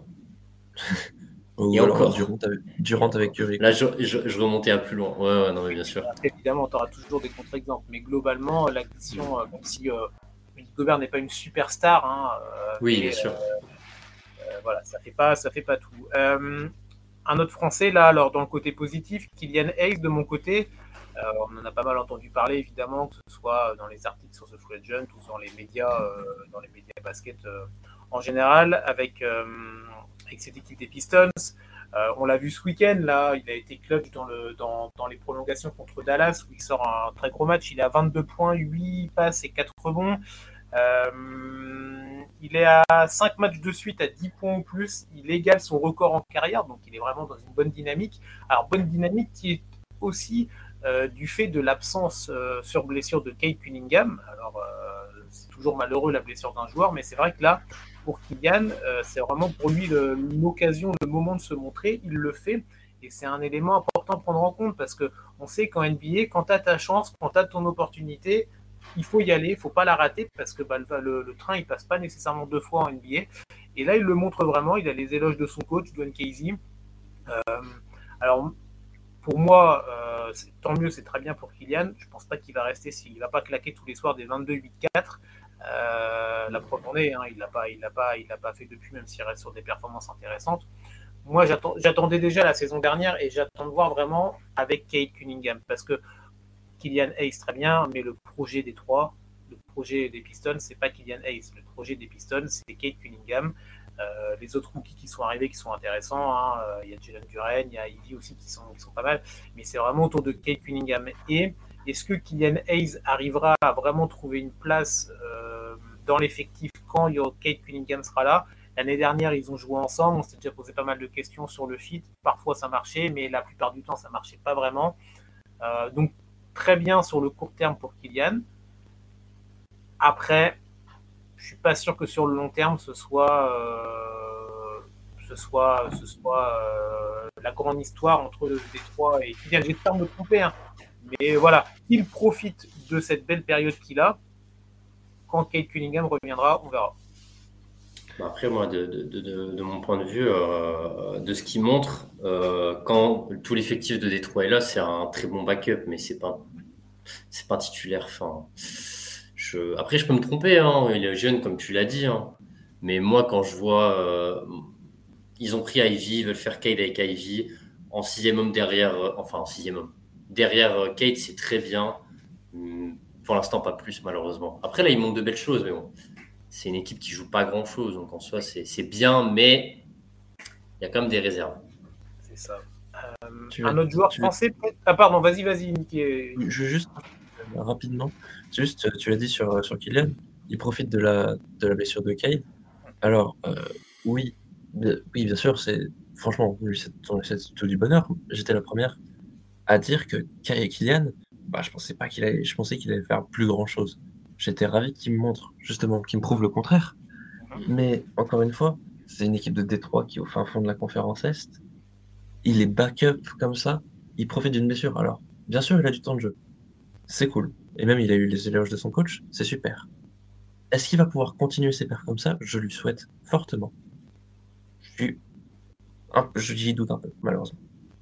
Et Ou alors encore. Durant avec, Et Durant avec encore. Curry, Là, quoi. je, je, je remontais à plus loin. Ouais, ouais, non, mais bien sûr. Après, évidemment, tu auras toujours des contre-exemples, mais globalement, l'addition, euh, même si euh, Rudy Gobert n'est pas une superstar, hein, euh, Oui, bien mais sûr. euh, voilà, ça fait pas, ça fait pas tout. Euh, un autre Français là, alors dans le côté positif, Kylian Hayes de mon côté, euh, on en a pas mal entendu parler évidemment, que ce soit dans les articles sur The Free Agent ou dans les médias, euh, dans les médias basket euh, en général, avec euh, avec cette équipe des Pistons. Euh, on l'a vu ce week-end, là, il a été clutch dans, le, dans, dans les prolongations contre Dallas, où il sort un très gros match. Il est à vingt-deux points, huit passes et quatre rebonds. Euh, il est à cinq matchs de suite à dix points ou plus. Il égale son record en carrière, donc il est vraiment dans une bonne dynamique. Alors, bonne dynamique qui est aussi euh, du fait de l'absence euh, sur blessure de Cade Cunningham. Alors, euh, c'est toujours malheureux la blessure d'un joueur, mais c'est vrai que là, pour Kylian, euh, c'est vraiment pour lui l'occasion, le moment de se montrer. Il le fait. Et c'est un élément important à prendre en compte parce qu'on sait qu'en N B A, quand tu as ta chance, quand tu as ton opportunité, il faut y aller, il ne faut pas la rater parce que bah, le, le, train, il ne passe pas nécessairement deux fois en N B A. Et là, il le montre vraiment. Il a les éloges de son coach, Dwayne Casey. Euh, alors, pour moi, euh, tant mieux, c'est très bien pour Kylian. Je ne pense pas qu'il va rester s'il ne va pas claquer tous les soirs des vingt-deux huit quatre. Euh, la preuve en est, hein, il ne l'a pas, il l'a pas, il l'a pas fait depuis, même s'il reste sur des performances intéressantes. Moi, j'attendais déjà la saison dernière et j'attends de voir vraiment avec Cade Cunningham parce que Kylian Hayes, très bien, mais le projet des trois, le projet des Pistons, c'est pas Kylian Hayes. Le projet des Pistons, c'est Cade Cunningham. Euh, les autres rookies qui sont arrivés, qui sont intéressants, hein, euh, il y a Jalen Duren, il y a Ivy aussi qui sont, qui sont pas mal, mais c'est vraiment autour de Cade Cunningham. Et est-ce que Kylian Hayes arrivera à vraiment trouver une place euh, dans l'effectif quand Cade Cunningham sera là? L'année dernière, ils ont joué ensemble, on s'est déjà posé pas mal de questions sur le fit. Parfois, ça marchait, mais la plupart du temps, ça marchait pas vraiment. Euh, donc, très bien sur le court terme pour Kylian. Après, je suis pas sûr que sur le long terme, ce soit, euh, ce soit, ce soit euh, la grande histoire entre Détroit et Kylian. J'espère me tromper, hein. Mais voilà, qu'il profite de cette belle période qu'il a. Quand Cade Cunningham reviendra, on verra. Après, moi, de, de, de, de mon point de vue, euh, de ce qu'il montre, euh, quand tout l'effectif de Détroit est là, c'est un très bon backup, mais c'est pas, c'est pas titulaire. Enfin, je... Après, je peux me tromper, hein, il est jeune, comme tu l'as dit, hein, mais moi, quand je vois, euh, ils ont pris Ivy, ils veulent faire Cade avec Ivy, en sixième homme derrière, euh, enfin, en sixième homme. Derrière euh, Cade, c'est très bien. Hum, Pour l'instant, pas plus, malheureusement. Après, là, il montre de belles choses, mais bon. C'est une équipe qui joue pas grand chose, donc en soi c'est, c'est bien, mais il y a quand même des réserves. C'est ça. Euh, Tu un veux, autre joueur tu veux- français peut-être. Ah pardon, vas-y, vas-y, Nicky. Je veux juste rapidement. Juste, tu l'as dit sur, sur Kylian, il profite de la, de la blessure de Cade. Alors, euh, oui, bien- oui, bien sûr, c'est franchement, lui, c'est c'est tout du bonheur. J'étais la première à dire que Ky- Kylian, bah, je pensais pas qu'il allait, je pensais qu'il allait faire plus grand-chose. J'étais ravi qu'il me montre, justement, qu'il me prouve le contraire. Mais encore une fois, c'est une équipe de Détroit qui est au fin fond de la conférence Est. Il est backup comme ça, il profite d'une blessure. Alors, bien sûr, il a du temps de jeu, c'est cool. Et même, il a eu les éloges de son coach, c'est super. Est-ce qu'il va pouvoir continuer ses perfs comme ça? Je lui souhaite fortement. Je suis un- j'y doute un peu, malheureusement.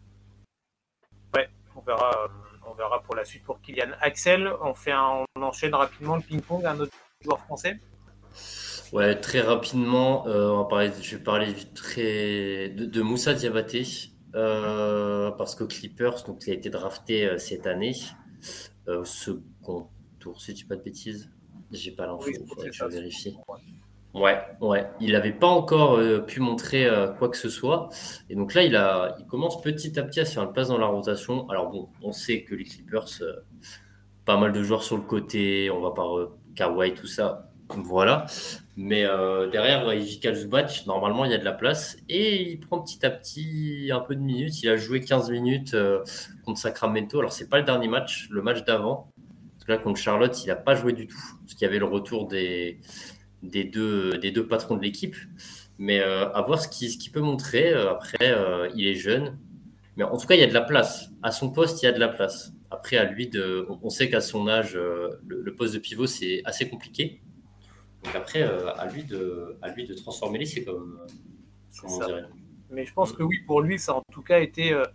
Ouais, on verra, euh, on verra pour la suite pour Kylian. Axel, on fait un- on enchaîne rapidement le ping-pong, un autre joueur français. Ouais, très rapidement, euh, on va parler, je vais parler vite très de, de Moussa Diabaté, euh, parce qu'aux Clippers, donc il a été drafté euh, cette année, euh, au second tour, si je dis pas de bêtises. J'ai pas Oui, l'info, je crois que faudrait c'est que je ça. vérifie. Ouais, ouais, il n'avait pas encore euh, pu montrer euh, quoi que ce soit, et donc là, il a, il commence petit à petit à se faire une place dans la rotation. Alors bon, on sait que les Clippers, euh, pas mal de joueurs sur le côté, on va par euh, Kawhi, tout ça, voilà. Mais euh, derrière, ouais, J K Zubac, normalement, il y a de la place. Et il prend petit à petit un peu de minutes. Il a joué quinze minutes euh, contre Sacramento. Alors, c'est pas le dernier match, le match d'avant. Parce que là, contre Charlotte, il n'a pas joué du tout. Parce qu'il y avait le retour des, des, deux, des deux patrons de l'équipe. Mais euh, à voir ce qu'il ce qu'il peut montrer. Euh, Après, euh, il est jeune. Mais en tout cas, il y a de la place. À son poste, il y a de la place. Après, à lui de. On on sait qu'à son âge, euh, le, le poste de pivot, c'est assez compliqué. Donc après, euh, à lui de, à lui de transformer les, c'est comme, C'est comme on ça. dirait. Mais je pense que oui, pour lui, ça a en tout cas été. euh,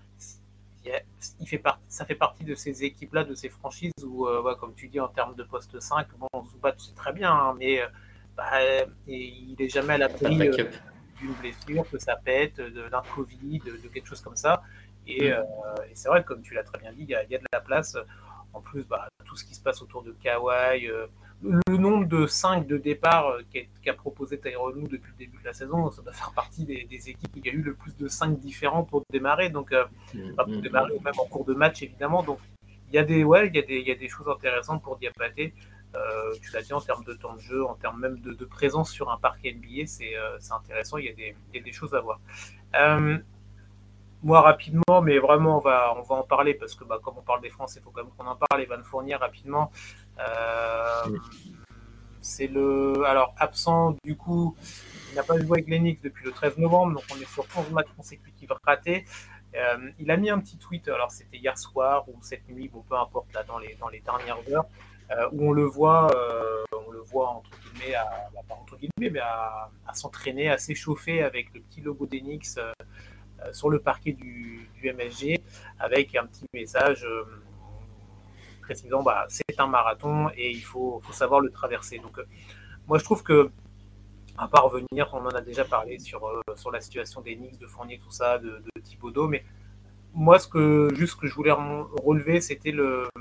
il fait part, ça fait partie de ces équipes-là, de ces franchises où, euh, ouais, comme tu dis, en termes de poste cinq, bon, Zubac, c'est très bien, hein, mais euh, bah, et il est jamais à Pas de l'abri euh, backup. d'une blessure, que ça pète, de- d'un Covid, de, de quelque chose comme ça. Et, euh, Mm. et c'est vrai, comme tu l'as très bien dit, il y, a, il y a de la place. En plus, bah, tout ce qui se passe autour de Kawhi, euh, le, le nombre de cinq de départ euh, qu'a qu'a proposé Tyronn Lue depuis le début de la saison, ça doit faire partie des, des équipes où il y a eu le plus de cinq différents pour démarrer. Donc, euh, Mm, pas pour mm, démarrer, ou mm. même en cours de match, évidemment. Donc, il y a des, ouais, il y a des, il y a des choses intéressantes pour Diabaté. Euh, tu l'as dit en termes de temps de jeu, en termes même de, de présence sur un parc N B A, c'est euh, c'est intéressant. Il y, a des, il y a des choses à voir. Euh, Moi, rapidement, mais vraiment, on va, on va en parler parce que, bah, comme on parle des Français, il faut quand même qu'on en parle. Evan Fournier, rapidement. Euh, Mm. c'est le. Alors, absent, du coup, il n'a pas joué avec les Knicks depuis le treize novembre, donc on est sur onze matchs consécutifs ratés. Euh, il a mis un petit tweet, alors c'était hier soir ou cette nuit, bon peu importe, là, dans les, dans les dernières heures, euh, où on le voit, euh, on le voit entre guillemets, à, bah, pas entre guillemets, mais à, à s'entraîner, à s'échauffer avec le petit logo des Knicks euh, euh, sur le parquet du, du M S G, avec un petit message euh, précisant bah, c'est un marathon et il faut, faut savoir le traverser. Donc euh, moi je trouve que à part revenir, on en a déjà parlé sur, euh, sur la situation des Knicks, de Fournier, tout ça, de, de Thibodeau, mais moi, ce que, juste ce que je voulais relever, c'était le,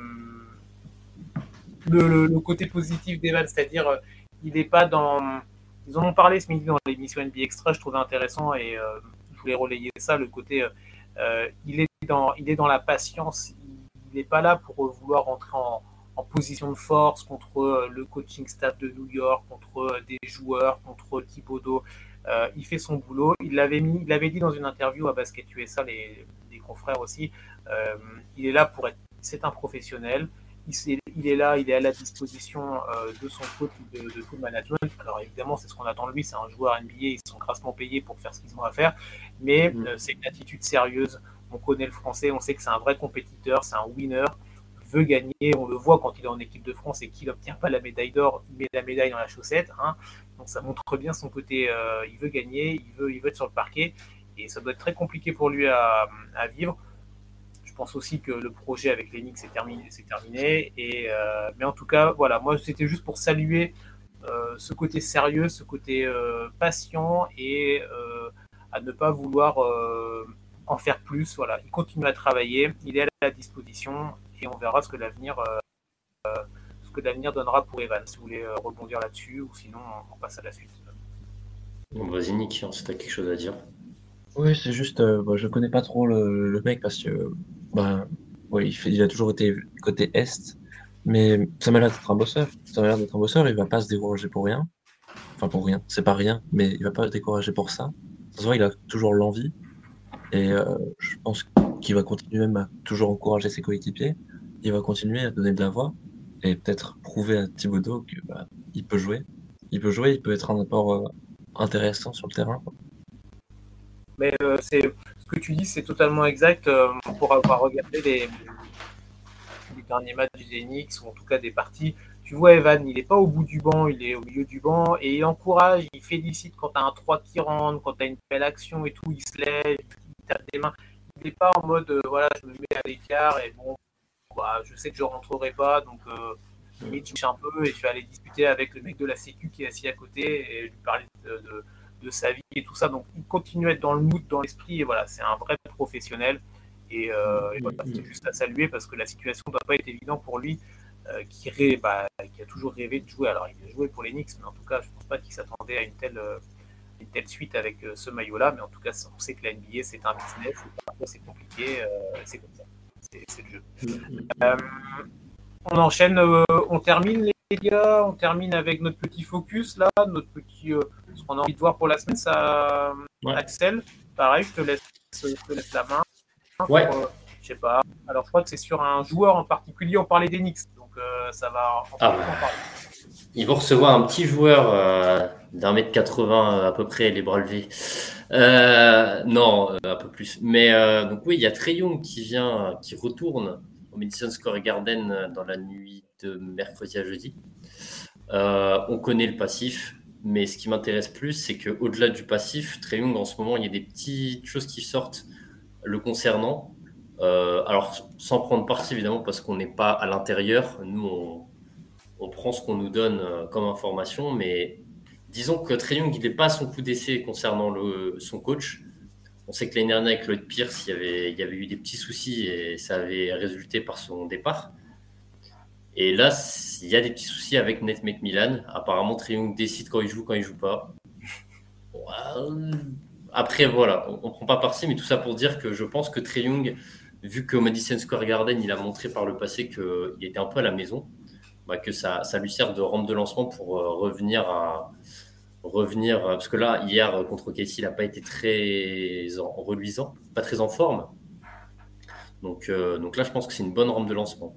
le, le, le côté positif d'Evan, c'est-à-dire, euh, il n'est pas dans. Ils en ont parlé ce midi dans l'émission N B A Extra, je trouvais intéressant et euh, je voulais relayer ça, le côté. Euh, il, est dans, il est dans la patience, il n'est pas là pour vouloir rentrer en, en position de force contre euh, le coaching staff de New York, contre euh, des joueurs, contre Thibodeau. Euh, il fait son boulot. Il l'avait mis, il l'avait dit dans une interview à Basket U S A, les, les confrères aussi. Euh, il est là pour être. C'est un professionnel. Il, il est là, il est à la disposition euh, de son coach, de, de tout le management. Alors évidemment, c'est ce qu'on attend de lui. C'est un joueur N B A. Ils sont grassement payés pour faire ce qu'ils ont à faire. Mais Mm. euh, c'est une attitude sérieuse. On connaît le français. On sait que c'est un vrai compétiteur. C'est un winner. Veut gagner. On le voit quand il est en équipe de France et qu'il n'obtient pas la médaille d'or, il met la médaille dans la chaussette. Hein. Donc ça montre bien son côté. Euh, il veut gagner, il veut, il veut être sur le parquet. Et ça doit être très compliqué pour lui à, à vivre. Je pense aussi que le projet avec les Knicks c'est terminé, c'est terminé. Et, euh, mais en tout cas, voilà, moi c'était juste pour saluer euh, ce côté sérieux, ce côté euh, patient et euh, à ne pas vouloir euh, en faire plus. Voilà, il continue à travailler, il est à la disposition et on verra ce que l'avenir, euh, ce que l'avenir donnera pour Evan. Si vous voulez euh, rebondir là-dessus ou sinon on passe à la suite. Bon, vas-y, Nick, hein, si t'as quelque chose à dire. Oui, c'est juste, euh, bah, je connais pas trop le, le mec parce que bah, ouais, il fait, il a toujours été côté Est, Mais ça m'a l'air d'être un bosseur. Ça m'a l'air d'être un bosseur, il va pas se décourager pour rien. Enfin, pour rien, c'est pas rien, mais il va pas se décourager pour ça. Ça se voit, il a toujours l'envie. Et euh, je pense qu'il va continuer même à toujours encourager ses coéquipiers. Il va continuer à donner de la voix et peut-être prouver à Thibodeau que bah, il peut jouer. Il peut jouer, il peut être un apport euh, intéressant sur le terrain, quoi. Mais euh, c'est, ce que tu dis, c'est totalement exact. Euh, pour avoir regardé les, les derniers matchs du Zénith, ou en tout cas des parties, tu vois, Evan, il n'est pas au bout du banc, il est au milieu du banc et il encourage, il félicite quand tu as un trois qui rentre, quand tu as une belle action et tout, il se lève, il tape des mains. Il n'est pas en mode, euh, voilà, je me mets à l'écart et bon, bah, je sais que je ne rentrerai pas, donc euh, limite, je cherche un peu et je vais aller discuter avec le mec de la Sécu qui est assis à côté et lui parler de, de, de sa vie et tout ça. Donc, il continue à être dans le mood, dans l'esprit et voilà, c'est un vrai professionnel. Et, euh, et voilà, c'est juste à saluer parce que la situation ne doit pas être évidente pour lui, euh, qui, ré, bah, qui a toujours rêvé de jouer. Alors, il a joué pour les Knicks, mais en tout cas, je ne pense pas qu'il s'attendait à une telle, euh, une telle suite avec euh, ce maillot-là. Mais en tout cas, on sait que la N B A, c'est un business. Et parfois, c'est compliqué. Euh, c'est comme ça. C'est, c'est le jeu. Euh, on enchaîne, euh, on termine les gars. On termine avec notre petit focus, là. Notre petit, euh, ce qu'on a envie de voir pour la semaine, ça, Ouais. Axel, pareil, je te laisse, je te laisse la main. Ouais. Pour, euh, je sais pas. Alors, je crois que c'est sur un joueur en particulier. On parlait des Knicks, donc euh, ça va en Ah, en parler. Ils vont recevoir un petit joueur euh, d'un mètre quatre-vingts à peu près, les bras levés. Euh, non, euh, un peu plus. Mais euh, donc oui, il y a Trae Young qui vient, qui retourne au Madison Square Garden dans la nuit de mercredi à jeudi. Euh, on connaît le passif, mais ce qui m'intéresse plus, c'est qu'au-delà du passif, Trae Young en ce moment, il y a des petites choses qui sortent le concernant. Euh, alors, sans prendre parti évidemment, parce qu'on n'est pas à l'intérieur. Nous, on, on prend ce qu'on nous donne euh, comme information, mais disons que Trae Young, il n'est pas à son coup d'essai concernant le, son coach. On sait que l'année dernière, avec Lloyd Pierce, il y, avait, il y avait eu des petits soucis et ça avait résulté par son départ. Et là, il y a des petits soucis avec Nate McMillan. Apparemment, Trae Young décide quand il joue, quand il joue pas. Bon, euh, après, voilà, on ne prend pas parti, mais tout ça pour dire que je pense que Trae Young, vu qu'au Madison Square Garden, il a montré par le passé qu'il était un peu à la maison, bah, que ça, ça lui sert de rampe de lancement pour euh, revenir à revenir euh, parce que là hier euh, contre Casey il n'a pas été très en, reluisant, pas très en forme, donc euh, donc là je pense que c'est une bonne rampe de lancement.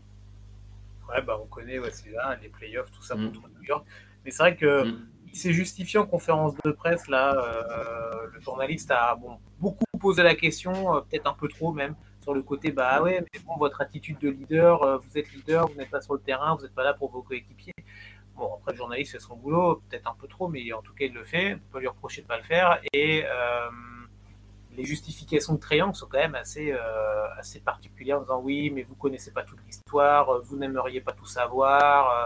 Ouais, bah on connaît, ouais, c'est là les playoffs, tout ça Mm. contre New York. Mais c'est vrai que Mm. il s'est justifié en conférence de presse là. Euh, le journaliste a bon beaucoup posé la question, euh, peut-être un peu trop même, sur le côté bah ouais, mais bon votre attitude de leader, euh, vous êtes leader, vous n'êtes pas sur le terrain, vous n'êtes pas là pour vos coéquipiers. Bon, après, le journaliste fait son boulot, peut-être un peu trop, mais en tout cas, il le fait. On peut pas lui reprocher de ne pas le faire. Et euh, les justifications de Trae Young sont quand même assez, euh, assez particulières en disant oui, mais vous connaissez pas toute l'histoire, vous n'aimeriez pas tout savoir.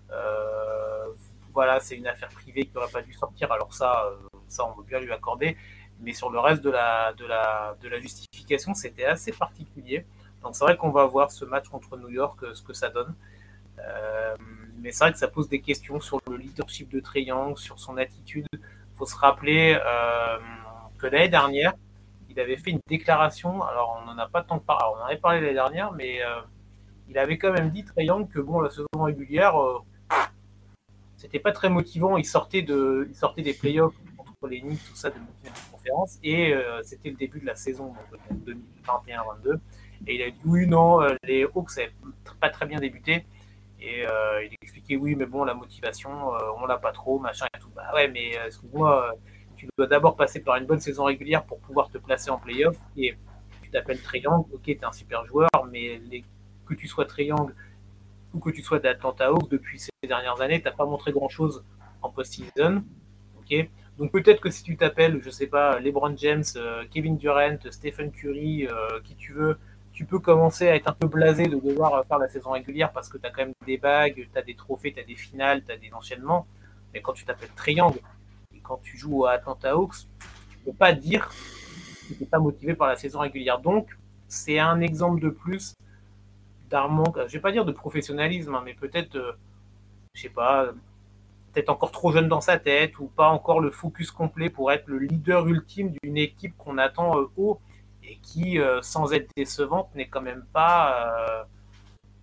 Euh, voilà, c'est une affaire privée qui n'aurait pas dû sortir. Alors ça, euh, ça, on veut bien lui accorder. Mais sur le reste de la, de la, de la justification, c'était assez particulier. Donc c'est vrai qu'on va voir ce match contre New York, ce que ça donne. Euh, mais c'est vrai que ça pose des questions sur le leadership de Trae Young, sur son attitude. Il faut se rappeler euh, que l'année dernière, il avait fait une déclaration. Alors, on n'en a pas tant parlé. On en avait parlé l'année dernière, mais euh, il avait quand même dit, Trae Young, que bon, la saison régulière, euh, c'était pas très motivant. Il sortait, de, il sortait des playoffs contre les Knicks, tout ça, de la conférence, et euh, c'était le début de la saison, donc deux mille vingt et un vingt-deux. Et il a dit oui, non, euh, les Hawks n'avaient pas très bien débuté. Et euh, il expliquait oui, mais bon, la motivation, euh, on l'a pas trop, machin et tout. Bah ouais, mais euh, excuse-moi, euh, tu dois d'abord passer par une bonne saison régulière pour pouvoir te placer en playoff. Et tu t'appelles Trae Young, ok, t'es un super joueur, mais les, que tu sois Trae Young ou que tu sois d'Atlanta Hawks depuis ces dernières années, t'as pas montré grand-chose en post-season. Ok, donc peut-être que si tu t'appelles, je sais pas, LeBron James, euh, Kevin Durant, Stephen Curry, euh, qui tu veux, tu peux commencer à être un peu blasé de devoir faire la saison régulière parce que tu as quand même des bagues, tu as des trophées, tu as des finales, tu as des enchaînements. Mais quand tu t'appelles Trae Young et quand tu joues à Atlanta Hawks, tu ne peux pas dire que tu n'es pas motivé par la saison régulière. Donc, c'est un exemple de plus d'un manque, je ne vais pas dire de professionnalisme, hein, mais peut-être, euh, je sais pas, peut-être encore trop jeune dans sa tête ou pas encore le focus complet pour être le leader ultime d'une équipe qu'on attend euh, haut et qui, euh, sans être décevante, n'est quand même pas, euh,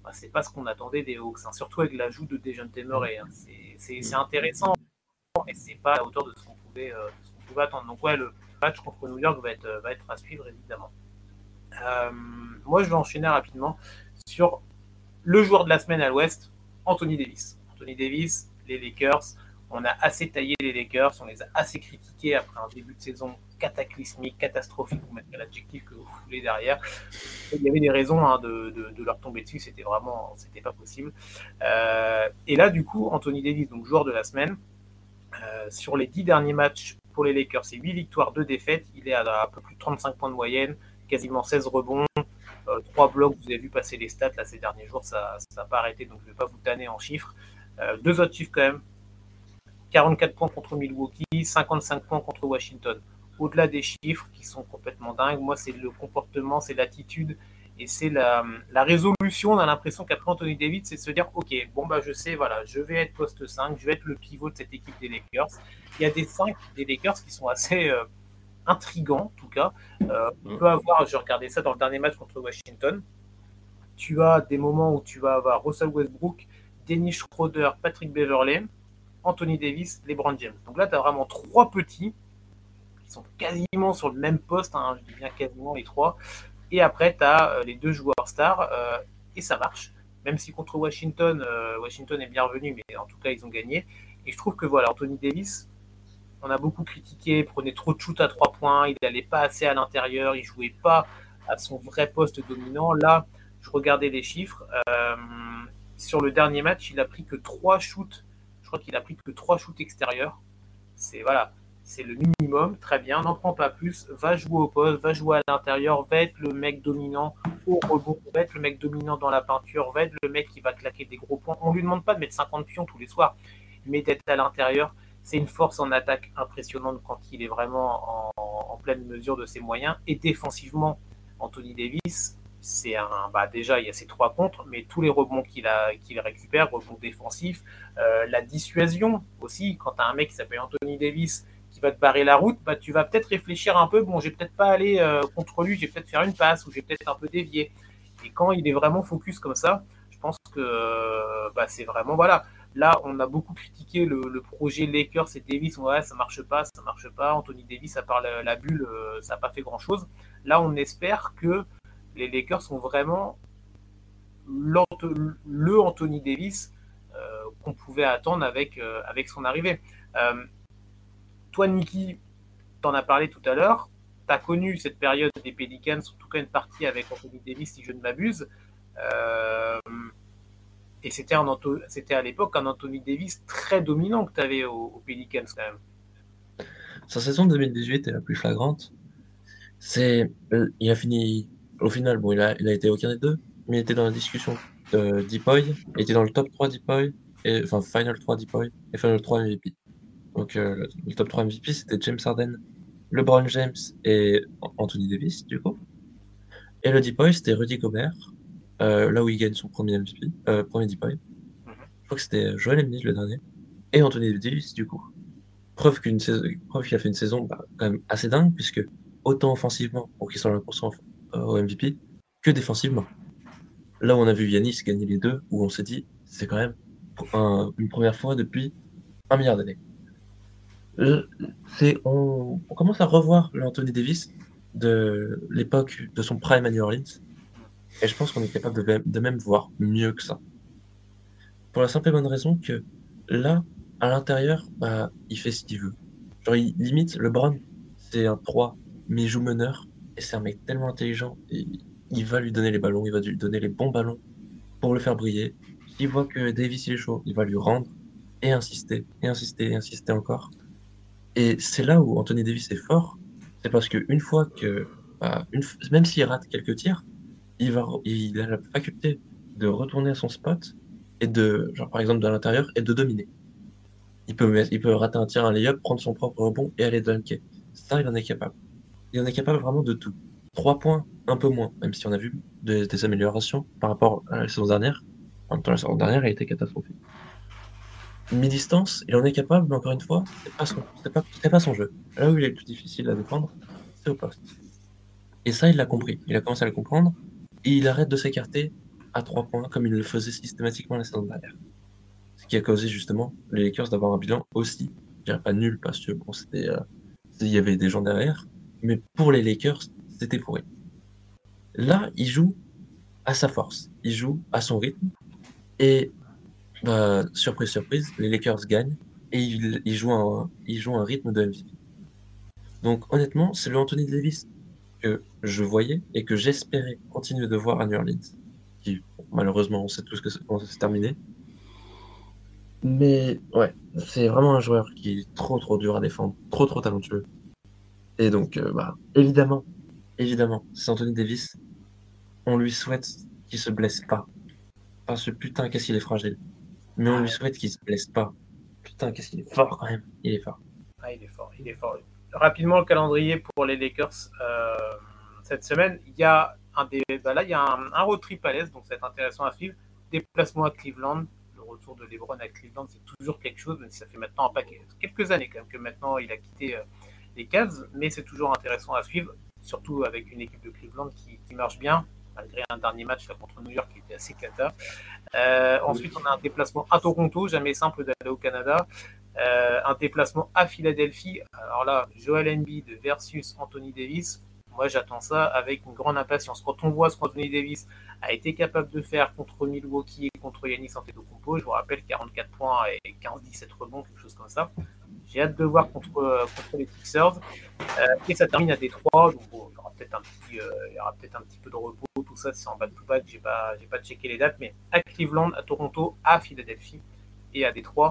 bah, c'est pas ce qu'on attendait des Hawks, hein, surtout avec l'ajout de Dejounte Murray. Hein. C'est, c'est, c'est intéressant, mais c'est pas à la hauteur de ce qu'on pouvait, euh, de ce qu'on pouvait attendre. Donc ouais, le match contre New York va être, va être à suivre évidemment. Euh, moi, je vais enchaîner rapidement sur le joueur de la semaine à l'Ouest, Anthony Davis. Anthony Davis, les Lakers. On a assez taillé les Lakers, on les a assez critiqués après un début de saison cataclysmique, catastrophique, vous mettez l'adjectif que vous voulez derrière. Il y avait des raisons hein, de, de, de leur tomber dessus, c'était vraiment, c'était pas possible. Euh, et là, du coup, Anthony Davis, donc joueur de la semaine, euh, sur les dix derniers matchs pour les Lakers, c'est huit victoires, deux défaites. Il est à un peu plus de trente-cinq points de moyenne, quasiment seize rebonds, euh, trois blocs. Vous avez vu passer les stats là ces derniers jours, ça n'a pas arrêté, donc je ne vais pas vous tanner en chiffres. Euh, deux autres chiffres quand même. quarante-quatre points contre Milwaukee, cinquante-cinq points contre Washington. Au-delà des chiffres qui sont complètement dingues, moi c'est le comportement, c'est l'attitude et c'est la, la résolution. On a l'impression qu'après Anthony Davis, c'est de se dire ok, bon bah je sais, voilà, je vais être poste cinq, je vais être le pivot de cette équipe des Lakers. Il y a des cinq des Lakers qui sont assez euh, intrigants en tout cas. Euh, on peut avoir, je regardais ça dans le dernier match contre Washington, tu as des moments où tu vas avoir Russell Westbrook, Dennis Schroeder, Patrick Beverley, Anthony Davis, LeBron James. Donc là, tu as vraiment trois petits qui sont quasiment sur le même poste, hein, je dis bien quasiment les trois. Et après, tu as euh, les deux joueurs stars, euh, et ça marche. Même si contre Washington, euh, Washington est bien revenu, mais en tout cas, ils ont gagné. Et je trouve que voilà, Anthony Davis, on a beaucoup critiqué, prenait trop de shoot à trois points, il n'allait pas assez à l'intérieur, il ne jouait pas à son vrai poste dominant. Là, je regardais les chiffres. Euh, sur le dernier match, il a pris que trois shoots. Je crois qu'il a pris que trois shoots extérieurs. C'est voilà, c'est le minimum, très bien, n'en prends pas plus, va jouer au poste, va jouer à l'intérieur, va être le mec dominant au rebond, va être le mec dominant dans la peinture, va être le mec qui va claquer des gros points. On lui demande pas de mettre cinquante pions tous les soirs, mais d'être à l'intérieur, c'est une force en attaque impressionnante quand il est vraiment en, en pleine mesure de ses moyens. Et défensivement, Anthony Davis, c'est un, bah déjà il y a ses trois contres, mais tous les rebonds qu'il a, qu'il récupère, rebonds défensifs, euh, la dissuasion aussi. Quand tu as un mec qui s'appelle Anthony Davis qui va te barrer la route, bah tu vas peut-être réfléchir un peu. Bon, j'ai peut-être pas aller euh, contre lui, j'ai peut-être faire une passe ou j'ai peut-être un peu dévié. Et quand il est vraiment focus comme ça, je pense que euh, bah, c'est vraiment voilà. Là, on a beaucoup critiqué le, le projet Lakers et Davis. Ouais, ça marche pas, ça marche pas. Anthony Davis, à part la, la bulle, euh, ça n'a pas fait grand-chose. Là, on espère que les Lakers sont vraiment le Anthony Davis euh, qu'on pouvait attendre avec, euh, avec son arrivée. Euh, toi, Niki, t'en as parlé tout à l'heure. Tu as connu cette période des Pelicans, en tout cas une partie avec Anthony Davis, si je ne m'abuse. Euh, et c'était, un, c'était à l'époque un Anthony Davis très dominant que tu avais aux, aux Pelicans quand même. Sa saison deux mille dix-huit est la plus flagrante. C'est, euh, il a fini, au final, bon, il a, il a été aucun des deux, mais il était dans la discussion de Depoy, il était dans le top trois Depoy, et, enfin Final trois Depoy, et Final trois M V P. Donc euh, le top trois M V P, c'était James Harden, LeBron James et Anthony Davis, du coup. Et le Depoy, c'était Rudy Gobert, euh, là où il gagne son premier M V P, euh, premier Depoy. Je crois que c'était Joel Embiid le dernier, et Anthony Davis, du coup. Preuve qu'une saison, preuve qu'il a fait une saison bah, quand même assez dingue, puisque autant offensivement, pour qu'il soit vingt pour cent au M V P, que défensivement. Là où on a vu Yanis gagner les deux, où on s'est dit, c'est quand même un, une première fois depuis un milliard d'années. C'est, on, on commence à revoir l'Anthony Davis de l'époque de son prime à New Orleans, et je pense qu'on est capable de, de même voir mieux que ça. Pour la simple et bonne raison que là, à l'intérieur, bah, il fait ce qu'il veut. Genre, il limite, LeBron, c'est un trois, mais il joue meneur, et c'est un mec tellement intelligent, et il va lui donner les ballons, il va lui donner les bons ballons pour le faire briller. S'il voit que Davis il est chaud, il va lui rendre, et insister, et insister, et insister encore. Et c'est là où Anthony Davis est fort, c'est parce qu'une fois que, bah, une, même s'il rate quelques tirs, il, va, il a la faculté de retourner à son spot, et de, genre par exemple de l'intérieur, et de dominer. Il peut, mettre, il peut rater un tir, un lay-up, prendre son propre rebond et aller dunker. Ça, il en est capable. Il en est capable vraiment de tout. Trois points, un peu moins, même si on a vu des, des améliorations par rapport à la saison dernière. En même temps, la saison dernière, il a été catastrophique. Mi-distance, il en est capable, mais encore une fois, c'est pas son, c'est pas, c'est pas son jeu. Là où il est le plus difficile à défendre, c'est au poste. Et ça, il l'a compris. Il a commencé à le comprendre, et il arrête de s'écarter à trois points comme ils le faisaient systématiquement la saison dernière. Ce qui a causé justement les Lakers d'avoir un bilan aussi, je dirais pas nul parce que bon, c'était, euh, il y avait des gens derrière, mais pour les Lakers, c'était pourri. Là, il joue à sa force, il joue à son rythme, et bah, surprise, surprise, les Lakers gagnent, et ils, ils jouent un, ils jouent un rythme de M V P. Donc honnêtement, c'est le Anthony Davis que je voyais et que j'espérais continuer de voir à New Orleans, qui bon, malheureusement, on sait tous que c'est- comment ça s'est terminé. Mais ouais, c'est vraiment un joueur qui est trop trop dur à défendre, trop trop talentueux. Et donc, euh, bah, évidemment, évidemment, c'est Anthony Davis. On lui souhaite qu'il se blesse pas. Parce que putain, qu'est-ce qu'il est fragile. Mais on lui Ah, souhaite qu'il se blesse pas. Putain, qu'est-ce qu'il est fort quand même. Il est fort. ah, il est fort, il est fort. Rapidement, le calendrier pour les Lakers euh, cette semaine, il y a un des, bah là, il y a un, un road trip à l'Est, donc ça va être intéressant à suivre. Déplacement à Cleveland, le retour de LeBron à Cleveland, c'est toujours quelque chose, même si ça fait maintenant un paquet, quelques années quand même que maintenant il a quitté euh, les Cavs, mais c'est toujours intéressant à suivre, surtout avec une équipe de Cleveland qui, qui marche bien, malgré un dernier match là, contre New York qui était assez cata. Euh, ensuite, on a un déplacement à Toronto, jamais simple d'aller au Canada. Euh, un déplacement à Philadelphie. Alors là, Joel Embiid versus Anthony Davis. Moi, j'attends ça avec une grande impatience. Quand on voit ce qu'Anthony Davis a été capable de faire contre Milwaukee et contre Giannis Antetokounmpo, je vous rappelle quarante-quatre points et quinze dix-sept rebonds, quelque chose comme ça. J'ai hâte de voir contre, contre les Sixers. Euh, et ça termine à Détroit. Donc bon, il y aura peut-être un petit, euh, il y aura peut-être un petit peu de repos. Tout ça, c'est en bas de tout back. J'ai pas, j'ai pas checké les dates, mais à Cleveland, à Toronto, à Philadelphie et à Détroit.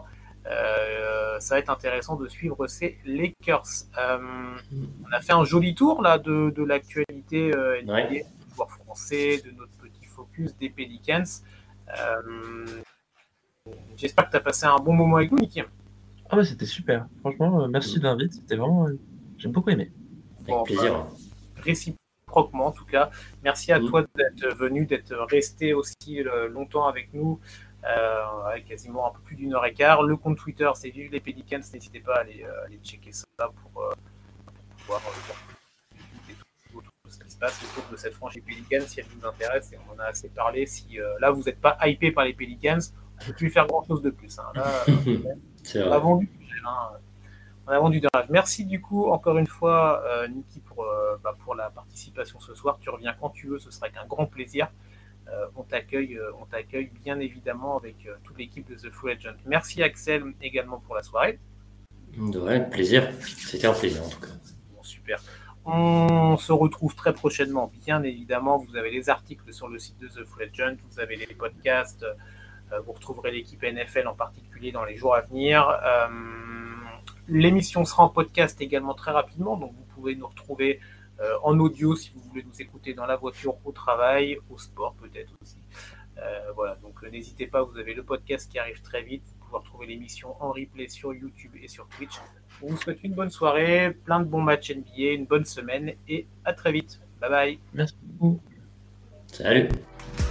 Euh, ça va être intéressant de suivre ces Lakers. Euh, on a fait un joli tour là de, de l'actualité euh, N B A, Ouais. des joueurs français, de notre petit focus des Pelicans. Euh, J'espère que tu as passé un bon moment avec nous, Niki. Ah ouais, c'était super. Franchement, euh, merci de l'invite. C'était vraiment. euh, J'ai beaucoup aimé. Avec Bon, plaisir. bah, réciproquement en tout cas. Merci à Mm. toi d'être venu, d'être resté aussi euh, longtemps avec nous, euh, ouais, quasiment un peu plus d'une heure et quart. Le compte Twitter, c'est Vive les Pelicans. N'hésitez pas à aller, euh, aller checker ça pour, euh, pour pouvoir euh, voir tout, tout, tout ce qui se passe autour de cette franchise Pelicans si elle vous intéresse. Et on en a assez parlé. Si euh, là vous n'êtes pas hypé par les Pelicans, on ne peut plus faire grand chose de plus. Hein. Là, C'est on a vrai. vendu. Hein. On a vendu de rêve. Merci du coup, encore une fois, euh, Niki, pour, euh, bah, pour la participation ce soir. Tu reviens quand tu veux, ce sera avec un grand plaisir. Euh, on t'accueille, euh, on t'accueille bien évidemment avec euh, toute l'équipe de The Full Agent. Merci Axel également pour la soirée. De rien, plaisir. C'était un plaisir en tout cas. Bon, super. On se retrouve très prochainement, bien évidemment. Vous avez les articles sur le site de The Full Agent, vous avez les podcasts, euh, vous retrouverez l'équipe N F L en particulier dans les jours à venir. Euh, L'émission sera en podcast également très rapidement, donc vous pouvez nous retrouver euh, en audio si vous voulez nous écouter dans la voiture, au travail, au sport peut-être aussi. Euh, voilà, donc euh, n'hésitez pas, vous avez le podcast qui arrive très vite. Vous pouvez retrouver l'émission en replay sur YouTube et sur Twitch. On vous souhaite une bonne soirée, plein de bons matchs N B A, une bonne semaine et à très vite. Bye bye. Merci beaucoup. Salut.